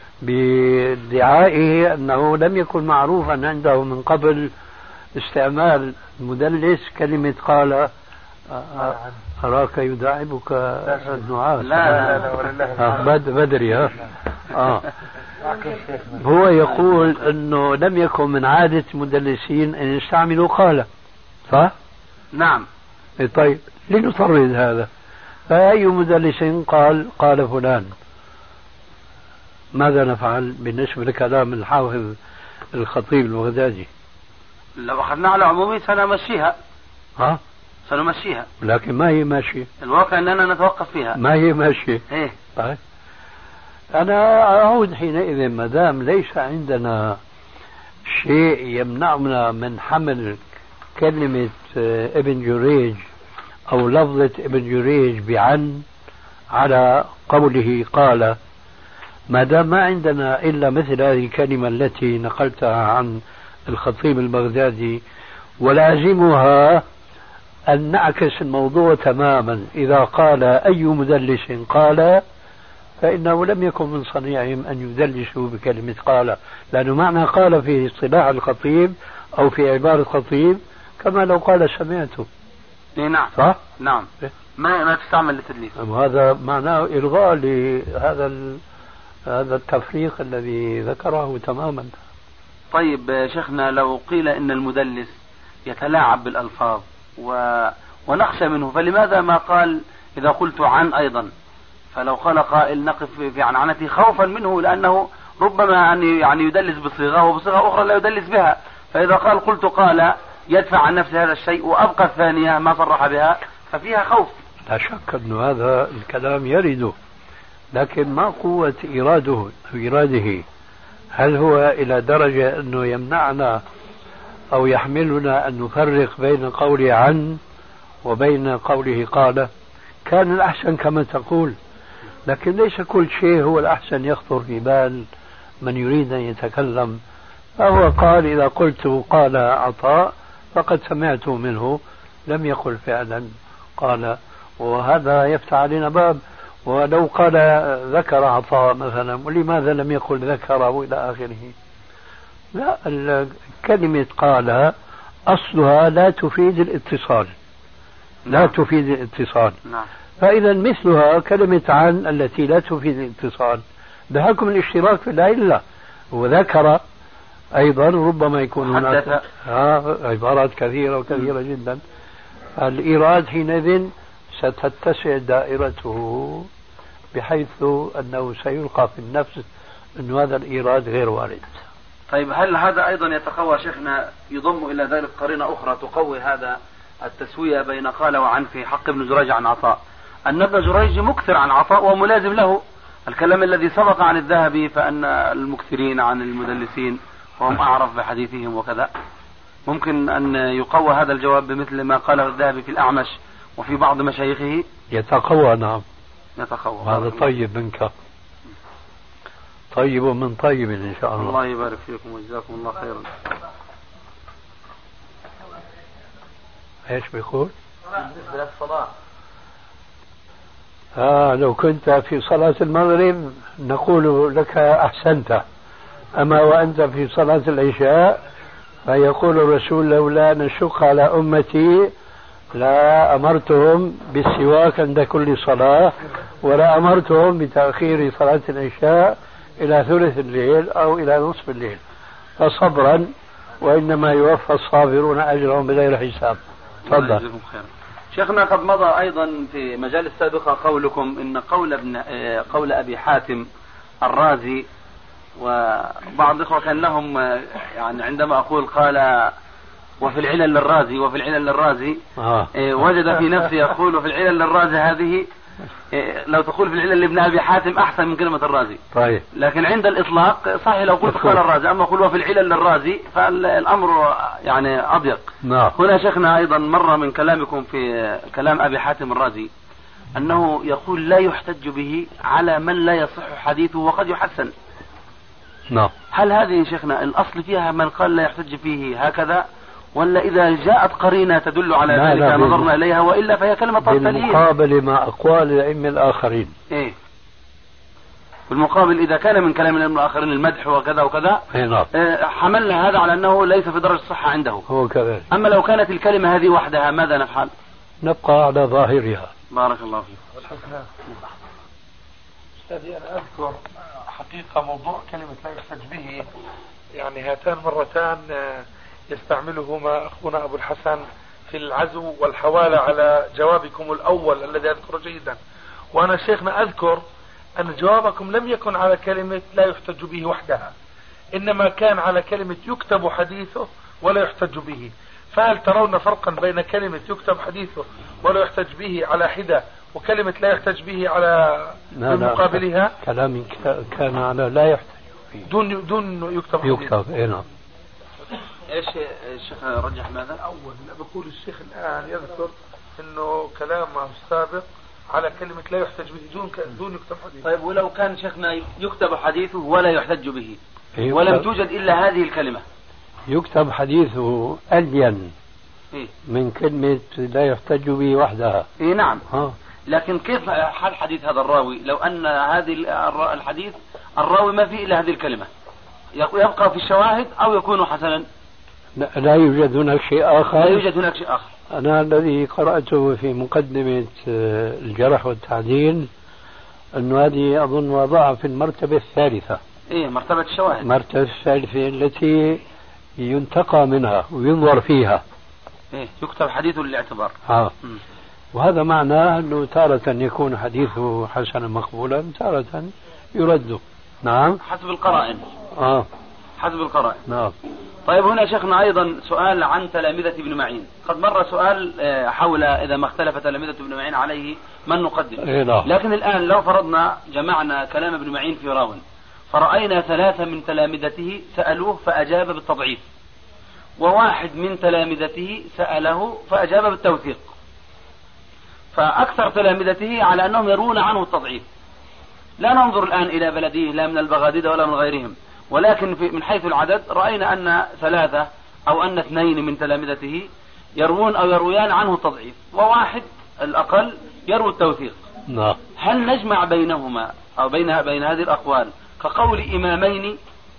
بادعائه أنه لم يكن معروفا عنده من قبل استعمال مدلس كلمة قال أراك يداعبك النعاس. لا لا لا بد بدري ها آه. هو يقول أنه لم يكن من عادة مدلسين أن يستعملوا قال، صح؟ نعم. طيب لنفرض هذا، فأي مدلس قال قال فلان، ماذا نفعل بالنسبة لكلام الحافظ الخطيب البغدادي؟ لو أخذنا على عمومي سنمشيها. ها؟ سنمشيها. لكن ما هي ماشية. الواقع أننا نتوقف فيها. ما هي ماشية. إيه؟ طيب. أنا أعود حينئذ ما دام ليس عندنا شيء يمنعنا من حمل كلمة ابن جريج أو لفظة ابن جريج بعن على قوله قال، ما دام ما عندنا إلا مثل هذه الكلمة التي نقلتها عن الخطيب البغدادي، ولازمها أن نعكس الموضوع تماما. إذا قال أي مدلس قال، فإنه لم يكن من صنيعهم أن يدلسوا بكلمة قال، لأنه معنى قال في اصطلاح الخطيب أو في عبارة الخطيب كما لو قال سمعته. إيه نعم. صح؟ نعم. ما ما تستعمل للتدليس. هذا معناه إلغاء لهذا هذا التفريق الذي ذكره تماما. طيب شيخنا، لو قيل إن المدلس يتلاعب بالألفاظ و... ونخشى منه، فلماذا ما قال إذا قلت عن أيضا؟ فلو قال قائل نقف في عنعنته خوفا منه، لأنه ربما يعني يدلس بصيغة وبصيغة أخرى لا يدلس بها، فإذا قال قلت قال يدفع عن نفسه هذا الشيء وأبقى الثانية ما صرح بها، ففيها خوف. لا شك أن هذا الكلام يرد، لكن ما قوة إراده إراده؟ هل هو إلى درجة أنه يمنعنا أو يحملنا أن نفرق بين قوله عن وبين قوله قال؟ كان الأحسن كما تقول، لكن ليس كل شيء هو الأحسن يخطر في بال من يريد أن يتكلم. فهو قال إذا قلت قال عطاء فقد سمعت منه، لم يقل فعلا قال، وهذا يفتح علينا باب. ولو قال ذكر عطاء مثلا، ولماذا لم يقل ذكر وإلى آخره؟ لا، كلمة قال أصلها لا تفيد الاتصال، لا تفيد الاتصال. نعم. فإذا مثلها كلمة عن التي لا تفيد الاتصال بحكم الاشتراك في العلة. وذكر أيضا ربما يكون هناك عبارات كثيرة وكثيرة جدا. الإيراد حينئذ ستتسع دائرته بحيث أنه سيلقى في النفس أن هذا الإيراد غير وارد. طيب هل هذا أيضا يتقوى شيخنا، يضم إلى ذلك قرينة أخرى تقوي هذا التسوية بين قال وعن في حق ابن جريج عن عطاء، أن ابن جريج مكثر عن عطاء وملازم له الكلام الذي سبق عن الذهبي، فأن المكثرين عن المدلسين وهم أعرف بحديثهم وكذا. ممكن أن يقوى هذا الجواب بمثل ما قاله الذهبي في الأعمش وفي بعض مشايخه. يتقوى. نعم يتقوى. هذا طيب منك، طيب من طيب إن شاء الله. الله يبارك فيكم وجزاكم الله خيرا. ايش بيقول؟ بالنسبة للصلاة، آه لو كنت في صلاة المغرب نقول لك أحسنت، أما وأنت في صلاة العشاء فيقول الرسول لولا نشق على أمتي لا أمرتهم بالسواك عند كل صلاة، ولا أمرتهم بتأخير صلاة العشاء إلى ثلث الليل أو إلى نصف الليل، فصبرا وإنما يوفى الصابرون أجرهم بغير حساب. تفضل. شيخنا، قد مضى أيضا في مجال السابقة قولكم إن قول ابن قول أبي حاتم الرازي، وبعض الإخوة كان لهم يعني عندما أقول قال وفي العلل للرازي وفي العلل للرازي آه. وجد في نفسه يقول وفي العلل للرازي هذه لو تقول في العلل لابن أبي حاتم أحسن من كلمة الرازي. طيب. لكن عند الإطلاق صحيح لو قلت قال الرازي، أما أقول وفي العلل للرازي فالأمر يعني أضيق. نعم. هنا شيخنا أيضا مرة من كلامكم في كلام أبي حاتم الرازي أنه يقول لا يحتج به على من لا يصح حديثه وقد يحسن. نعم. هل هذه شيخنا الأصل فيها من قال لا يحتج فيه هكذا، ولا إذا جاءت قرينة تدل على لا ذلك لا نظرنا إليها، وإلا فهي كلمة تليين بالمقابل مع أقوال الأئمة الآخرين؟ إيه، بالمقابل إذا كان من كلام الأئمة الآخرين المدح وكذا وكذا نعم. آه حملنا هذا على أنه ليس في درجة الصحة عنده. هو كذلك. أما لو كانت الكلمة هذه وحدها ماذا نفعل؟ نبقى على ظاهرها. بارك الله فيك. أستاذي أنا أذكر حقيقة موضوع كلمة لا يحتج به، يعني هاتان مرتان يستعملهما أخونا أبو الحسن في العزو والحوالة على جوابكم الأول الذي أذكره جيدا، وأنا شيخنا أذكر أن جوابكم لم يكن على كلمة لا يحتج به وحدها، إنما كان على كلمة يكتب حديثه ولا يحتج به. فهل ترون فرقا بين كلمة يكتب حديثه ولا يحتج به على حدة، وكلمة لا يحتج به على مقابلها؟ كلامي كان على لا يحتج به دون دون يكتب حديثه. يكتب اي نعم. ايش الشيخ رجح ماذا؟ اول بقول الشيخ الان يذكر انه كلامه السابق على كلمة لا يحتج به دون دون يكتب حديثه. طيب ولو كان شيخنا يكتب حديثه ولا يحتج به إيه ولم توجد إلا هذه الكلمة؟ يكتب حديثه ألين إيه؟ من كلمة لا يحتج به وحدها. إيه نعم. ها. لكن كيف حال حديث هذا الراوي لو أن هذه الحديث الراوي ما فيه إلا هذه الكلمة، يبقى في الشواهد أو يكون حسنا؟ لا يوجد هناك شيء آخر. لا يوجد هناك شيء آخر. أنا الذي قرأته في مقدمة الجرح والتعديل أنه هذه أظن وضعها في المرتبة الثالثة. إيه مرتبة الشواهد. المرتبة الثالثة التي ينتقى منها وينظر فيها. إيه يكتب حديثه للاعتبار. ها. وهذا معناه أنه تارة يكون حديثه حسنا مقبولا، تارة يرد. نعم. حسب القرائن. آه. حسب القرائن. نعم. طيب هنا شيخنا أيضا سؤال عن تلامذة ابن معين. قد مر سؤال حول إذا ما اختلف تلامذة ابن معين عليه من نقدم. إيه لا. لكن الآن لو فرضنا جمعنا كلام ابن معين في راو، فرأينا ثلاثة من تلامذته سألوه فأجاب بالتضعيف، وواحد من تلامذته سأله فأجاب بالتوثيق، فأكثر تلامذته على أنهم يرون عنه التضعيف. لا ننظر الآن إلى بلده لا من البغاديد ولا من غيرهم، ولكن في من حيث العدد رأينا أن ثلاثة أو أن اثنين من تلامذته يروون أو يرويان عنه التضعيف، وواحد الأقل يروي التوثيق. نعم. هل نجمع بينهما أو بين بين هذه الأقوال كقول إمامين،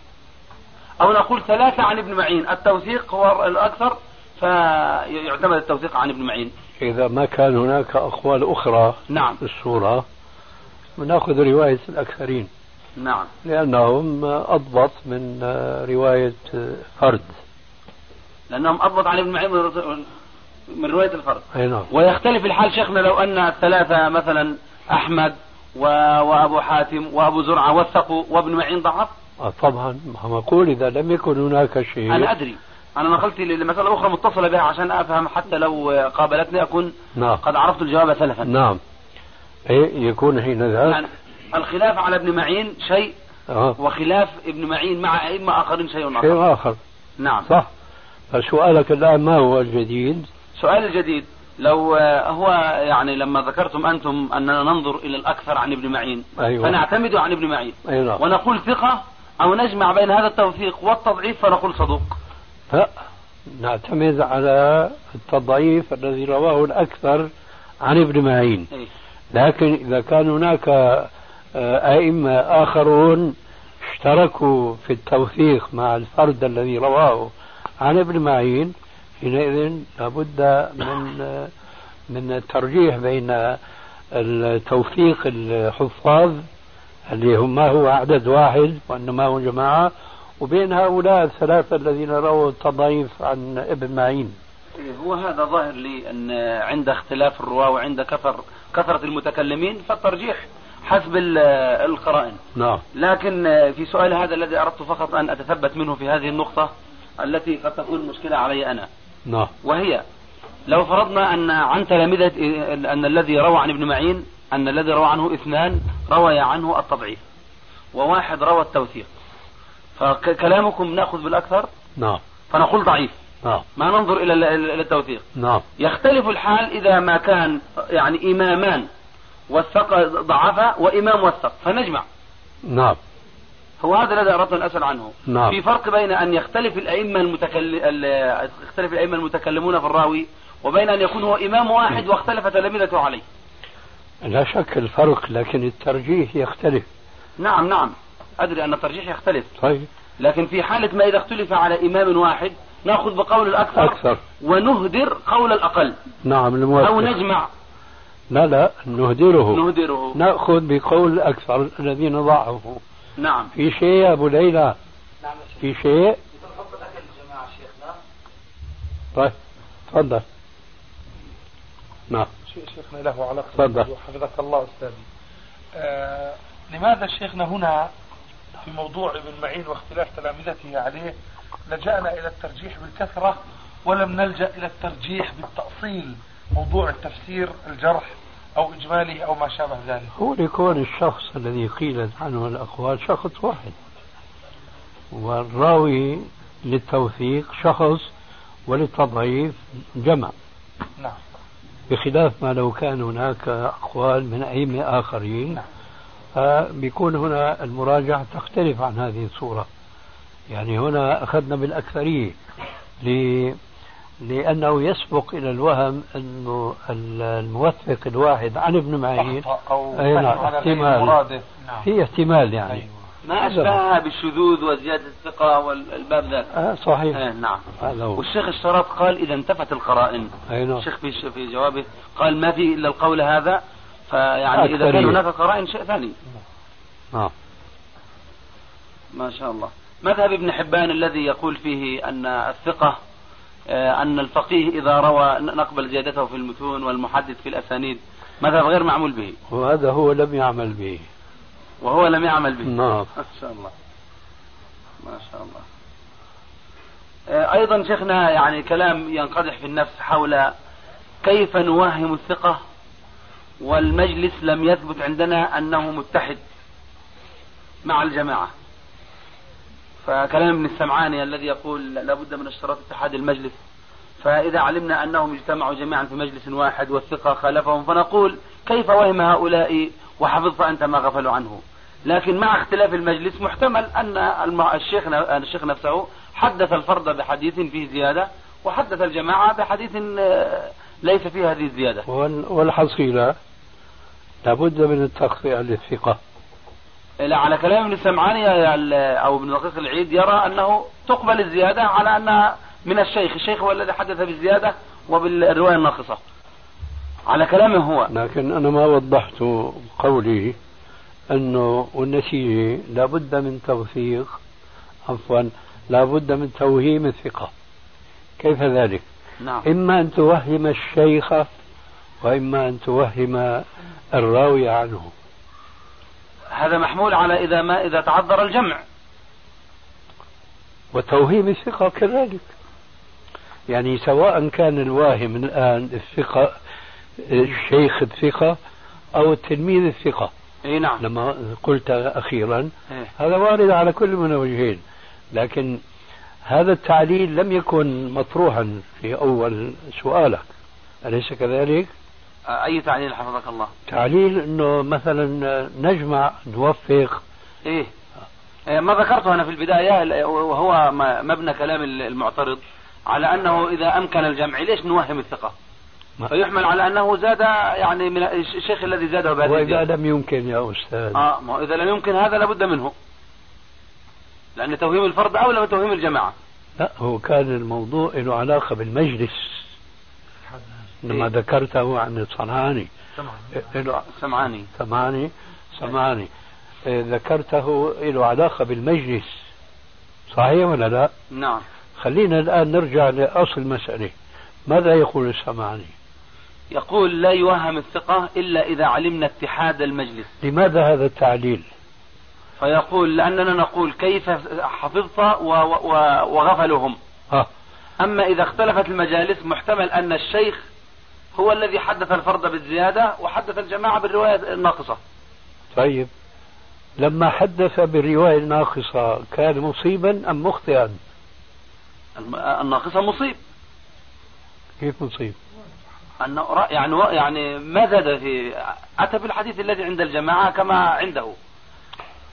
أو نقول ثلاثة عن ابن معين التوثيق هو الأكثر فيعتمد التوثيق عن ابن معين؟ إذا ما كان هناك أقوال أخرى نعم في الصورة نأخذ رواية الأكثرين. نعم. لأنهم أضبط من رواية فرد. لأنهم أضبط عن ابن معين من رواية الفرد. أي نعم. ويختلف الحال شيخنا لو أن الثلاثة مثلا أحمد و... وأبو حاتم وأبو زرعة وثقوا وابن معين ضعف. آه طبعا ما أقول إذا لم يكن هناك شيء. أنا أدري، أنا نقلت لمسألة أخرى متصلة بها عشان أفهم حتى لو قابلتني أكون نعم. قد عرفت الجواب سلفا. نعم. إيه يكون حين ذاك يعني الخلاف على ابن معين شيء آه. وخلاف ابن معين مع أئمة آخرين شيء آخر. شيء آخر. نعم. صح. فسؤالك الآن ما هو الجديد؟ سؤال الجديد لو هو يعني لما ذكرتم أنتم أننا ننظر إلى الأكثر عن ابن معين. أيوة. فنعتمد عن ابن معين. أيوة. ونقول ثقة أو نجمع بين هذا التوثيق والتضعيف فنقول صدوق. لا نعتمد على التضعيف الذي رواه الأكثر عن ابن معين. إيه؟ لكن إذا كان هناك أئمة آخرون اشتركوا في التوثيق مع الفرد الذي رواه عن ابن معين حينئذ لابد من من الترجيح بين التوثيق الحفاظ اللي هم ما هو عدد واحد وإنما هو جماعة، وبين هؤلاء الثلاثة الذين رووا التضعيف عن ابن معين. هو هذا ظاهر لي أن عند اختلاف الرواة وعند كثر كثرة المتكلمين فالترجيح حسب القرائن. نعم. لكن في سؤال هذا الذي أردت فقط أن أتثبت منه في هذه النقطة التي قد تكون مشكلة علي أنا. نعم. وهي لو فرضنا أن عن تلامذة أن الذي روى عن ابن معين أن الذي روى عنه اثنان روي عنه التضعيف وواحد روى التوثيق، فكلامكم نأخذ بالأكثر. نعم. فنقول ضعيف. نعم. ما ننظر إلى التوثيق. نعم. يختلف الحال إذا ما كان يعني إمامان وثق ضعفا وإمام وثق فنجمع. نعم. هو هذا الذي أردت أن أسأل عنه. نعم. في فرق بين أن يختلف الأئمة المتكل... يختلف الأئمة المتكلمون في الراوي وبين أن يكون هو إمام واحد واختلف تلامذته عليه. لا شك الفرق، لكن الترجيح يختلف. نعم نعم أدري أن الترجيح يختلف. طيب. لكن في حالة ما إذا اختلف على إمام واحد نأخذ بقول الأكثر أكثر. ونهدر قول الأقل. نعم الموافق. أو نجمع. لا لا نهدره. نهدره. نأخذ بقول الأكثر الذين ضعفوا. نعم. في شيء يا أبو ليلى؟ نعم في شيء؟ طيب تفضل. نعم. شيء شيخنا له علاقة. تفضل. حفظك الله أستاذي. آه لماذا شيخنا هنا في موضوع ابن معين واختلاف تلامذته عليه لجأنا إلى الترجيح بالكثرة ولم نلجأ إلى الترجيح بالتأصيل، موضوع التفسير الجرح أو إجمالي أو ما شابه ذلك؟ هو لكون الشخص الذي قيلت عنه الأقوال شخص واحد، والراوي للتوثيق شخص وللتضعيف جمع. نعم. بخلاف ما لو كان هناك أقوال من أئمة آخرين. نعم. فبيكون هنا المراجعة تختلف عن هذه الصورة. يعني هنا أخذنا بالأكثرية ل... لأنه يسبق إلى الوهم أنه الموثق الواحد عن ابن معين أو أي نعم احتمال. نعم. في احتمال يعني. أيوة. ما أشبهها بالشذوذ وزيادة الثقة والباب ذاك. آه صحيح. آه نعم. هذا هو. والشيخ اشترط قال إذا انتفت القرائن. أي نعم. الشيخ في في جوابه قال ما في إلا القول هذا، فيعني إذا أكثرية. كان هناك قرائن شيء ثاني. نعم. ما شاء الله. مذهب ابن حبان الذي يقول فيه أن الثقة آه أن الفقيه إذا روى نقبل زيادته في المتون والمحدث في الأسانيد، مذهب غير معمول به. وهذا هو لم يعمل به. وهو لم يعمل به. نعم. ما شاء الله. ما شاء الله. آه أيضا شيخنا يعني كلام ينقدح في النفس حول كيف نوهم الثقة والمجلس لم يثبت عندنا أنه متحد مع الجماعة. فكلام ابن السمعاني الذي يقول لابد من اشتراط اتحاد المجلس، فإذا علمنا أنهم اجتمعوا جميعا في مجلس واحد والثقة خالفهم فنقول كيف وهم هؤلاء وحفظت أنت ما غفلوا عنه. لكن مع اختلاف المجلس محتمل أن الشيخ الشيخ نفسه حدث الفرد بحديث فيه زيادة وحدث الجماعة بحديث ليس فيه هذه الزيادة. والحصيلة لابد من التخطئة للثقة. لا، على كلام ابن السمعاني أو ابن دقيق العيد يرى أنه تقبل الزيادة على أنها من الشيخ، الشيخ هو الذي حدث بالزيادة وبالرواية الناقصة على كلامه هو. لكن أنا ما وضحت قولي أنه والنتيجة لابد من توثيق عفوا لابد من توهيم الثقة. كيف ذلك؟ نعم. إما أن توهم الشيخ وإما أن توهم الراوي عنه. هذا محمول على إذا ما إذا تعذر الجمع. وتوهيم الثقة كذلك، يعني سواء كان الواهم الآن الثقة الشيخ الثقة أو التلميذ الثقة. اي نعم. لما قلت أخيرا إيه؟ هذا وارد على كل من الوجهين، لكن هذا التعليل لم يكن مطروحا في أول سؤالك، أليس كذلك؟ أي تعليل حفظك الله؟ تعليل أنه مثلا نجمع نوفق. إيه؟ ما ذكرته أنا في البداية وهو مبنى كلام المعترض على أنه إذا أمكن الجمع ليش نوهم الثقة؟ فيحمل على أنه زاد يعني من الشيخ الذي زاده بهذه وإذا الزيادة. لم يمكن يا أستاذ آه ما إذا لم يمكن هذا لابد منه، لأن توهيم الفرد أولى من توهيم الجماعة. لا، هو كان الموضوع له علاقة بالمجلس لما إيه؟ ذكرته عن الصنعاني سمعاني سمعاني سمعاني إيه ذكرته له علاقة بالمجلس، صحيح ولا لا؟ نعم. خلينا الآن نرجع لأصل المسألة. ماذا يقول السمعاني؟ يقول لا يوهم الثقة إلا إذا علمنا اتحاد المجلس. لماذا هذا التعليل؟ فيقول لأننا نقول كيف حفظت وغفلهم. ها. أما إذا اختلفت المجالس محتمل أن الشيخ هو الذي حدث الفرد بالزيادة وحدث الجماعة بالرواية الناقصة. طيب لما حدث بالرواية الناقصة كان مصيبا أم مخطئا؟ الناقصة مصيب. كيف مصيب؟ يعني يعني ما زاد في أتى بالحديث الذي عند الجماعة كما عنده.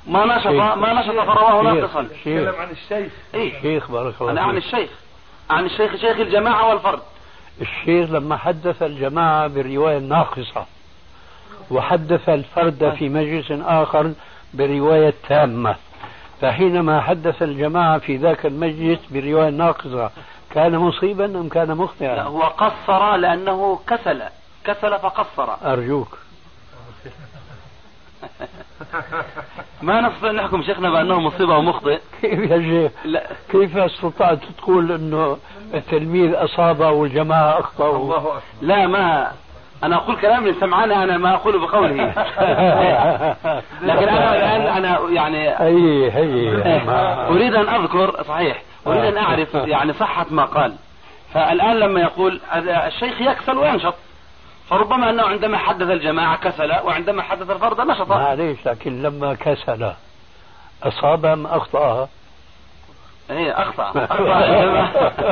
ما نشط ما نشط فرواه ناقصا. تكلم عن الشيخ. إيه؟ شيخ بارك الله أنا عن الشيخ، عن الشيخ شيخ الجماعة والفرد. الشيخ لما حدث الجماعة بالرواية الناقصة وحدث الفرد في مجلس آخر برواية تامة، فحينما حدث الجماعة في ذاك المجلس برواية ناقصة كان مصيبا أم كان مخطئا؟ لا، هو قصر لأنه كسل كسل فقصر. أرجوك. ما نستطيع نحكم شيخنا بأنه مصيبة ومخطئ. كيف يا شيخ؟ لا. كيف استطعت تقول أنه التلميذ أصاب والجماعة أخطأوا؟ لا، ما أنا أقول كلام اللي سمعانه، أنا ما أقوله بقوله. لكن أنا الآن أنا يعني هي هي أريد أن أذكر صحيح، أريد أن أعرف يعني صحة ما قال. فالآن لما يقول الشيخ يكسل وينشط، فربما أنه عندما حدث الجماعة كسل وعندما حدث الفرد نشط. معليش، لكن لما كسل أصاب أم أخطأ؟ ايه اخطا اخطا عندما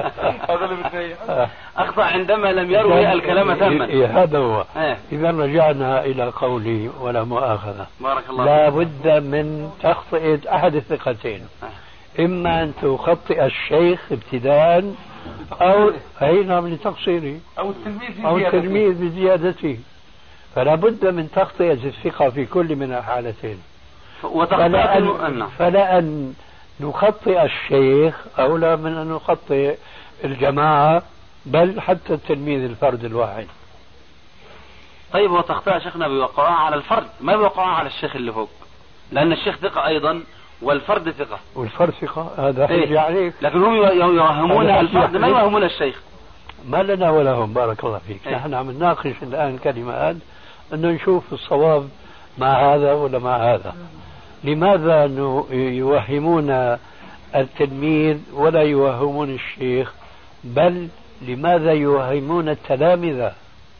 اخطا عندما لم يروي الكلام تاما. إيه هذا هو. إيه. اذا رجعنا الى قولي ولا مؤاخذه، بارك الله لا بد من تخطئه احد الثقتين، اما ان تخطئ الشيخ ابتداء او اي نعم لتقصيره او التلميذ او التلميذ بزيادته، فلا بد من تخطئه الثقه في كل من الحالتين. فلا أن, فلا أن نخطئ الشيخ أولى من أن نخطئ الجماعة، بل حتى التلميذ الفرد الواحد. طيب، وتخطئ شيخنا بوقعها على الفرد، ما بوقعها على الشيخ اللي فوق، لأن الشيخ ثقة أيضا والفرد ثقة. والفرد ثقة، هذا إيه؟ حجة عليك. لكن هم يوهمون الفرد، ما يوهمون الشيخ. ما لنا ولا هم، بارك الله فيك. إيه؟ نحن عم نناقش الآن كلمات أنه نشوف الصواب مع هذا ولا مع هذا. لماذا يوهمون التلميذ ولا يوهمون الشيخ، بل لماذا يوهمون التلامذة؟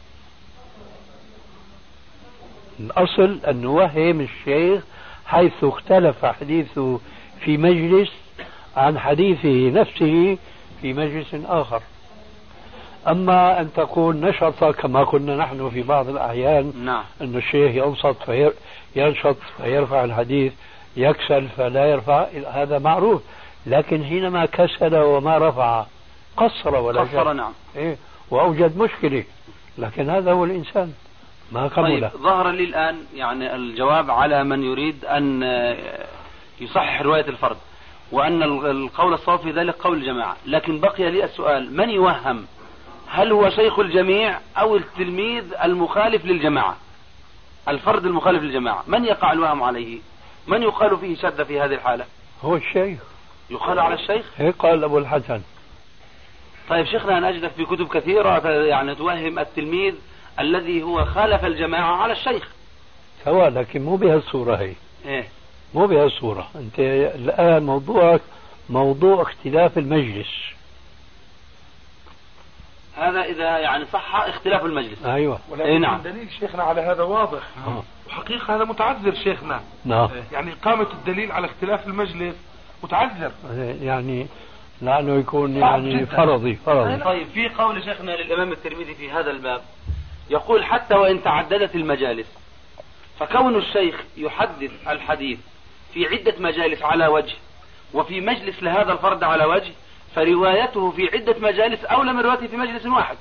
الأصل أن نوهم الشيخ حيث اختلف حديثه في مجلس عن حديثه نفسه في مجلس آخر. أما أن تقول نشط كما قلنا نحن في بعض الأحيان، نعم. أن الشيخ ينشط في ينشط فيرفع الحديث، يكسل فلا يرفع، هذا معروف. لكن حينما كسل وما رفع قصر ولا قصر، نعم. إيه؟ وأوجد مشكلة. لكن هذا هو الإنسان، ما قبله. طيب، ظهر لي الآن يعني الجواب على من يريد أن يصحح رواية الفرد، وأن القول الصواب في ذلك قول الجماعة. لكن بقي لي السؤال، من يوهم؟ هل هو شيخ الجميع أو التلميذ المخالف للجماعة، الفرد المخالف للجماعة؟ من يقع الوهم عليه؟ من يقال فيه شذ في هذه الحالة؟ هو الشيخ. يقال على الشيخ؟ هيك قال أبو الحسن. طيب شيخنا، أنا أجدك في كتب كثيرة يعني توهم التلميذ الذي هو خالف الجماعة على الشيخ. سواء، لكن مو بهالصورة هي. إيه؟ مو بهالصورة. أنت الآن موضوعك موضوع اختلاف المجلس. هذا إذا يعني صح اختلاف المجلس. أيوة. ولكن إيه نعم. دليل شيخنا على هذا واضح. آه. وحقيقة هذا متعذر شيخنا. نعم. يعني إقامة الدليل على اختلاف المجلس متعذر. يعني لأنه يكون يعني فرضي فرضي. طيب، في قول شيخنا للإمام الترمذي في هذا الباب يقول حتى وإن تعددت المجالس، فكون الشيخ يحدث الحديث في عدة مجالس على وجه، وفي مجلس لهذا الفرد على وجه، فروايته في عدة مجالس أولى من روايته في مجلس واحد.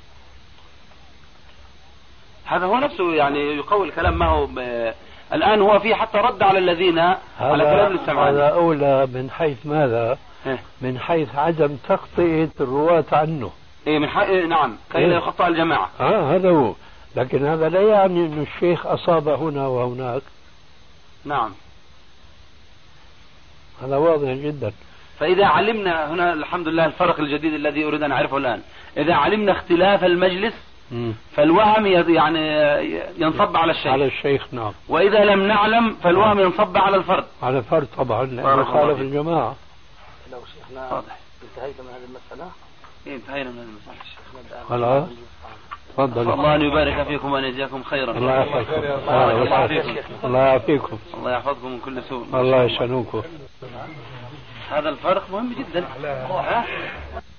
هذا هو نفسه يعني يقول الكلام، ما هو الآن هو في حتى رد على الذين على كلام السمعاني. هذا أولى من حيث ماذا؟ إيه؟ من حيث عدم تغطية الرواة عنه. إيه من حيث إيه نعم، كي لا يخطئ الجماعة. آه هذا هو. لكن هذا لا يعني أن الشيخ أصاب هنا وهناك. نعم، هذا واضح جدا. فإذا علمنا هنا الحمد لله الفرق الجديد الذي أريد أن أعرفه الآن، إذا علمنا اختلاف المجلس م. فالوهم يعني ينصب على الشيخ. على الشيخ نعم. وإذا لم نعلم فالوهم ينصب على الفرد. على الفرد طبعا، لأنه خالف الجماعة. لو شيخنا واضح انتهيت من هذه المسألة. إيه انتهينا من هذه المسألة. خلاص. تفضل. الله أن يبارك فيكم وأن يجزاكم خيرا. الله يحفظكم. الله يعافيكم. الله يحفظكم من كل سوء. الله يشنوكم. هذا الفرق مهم جدا.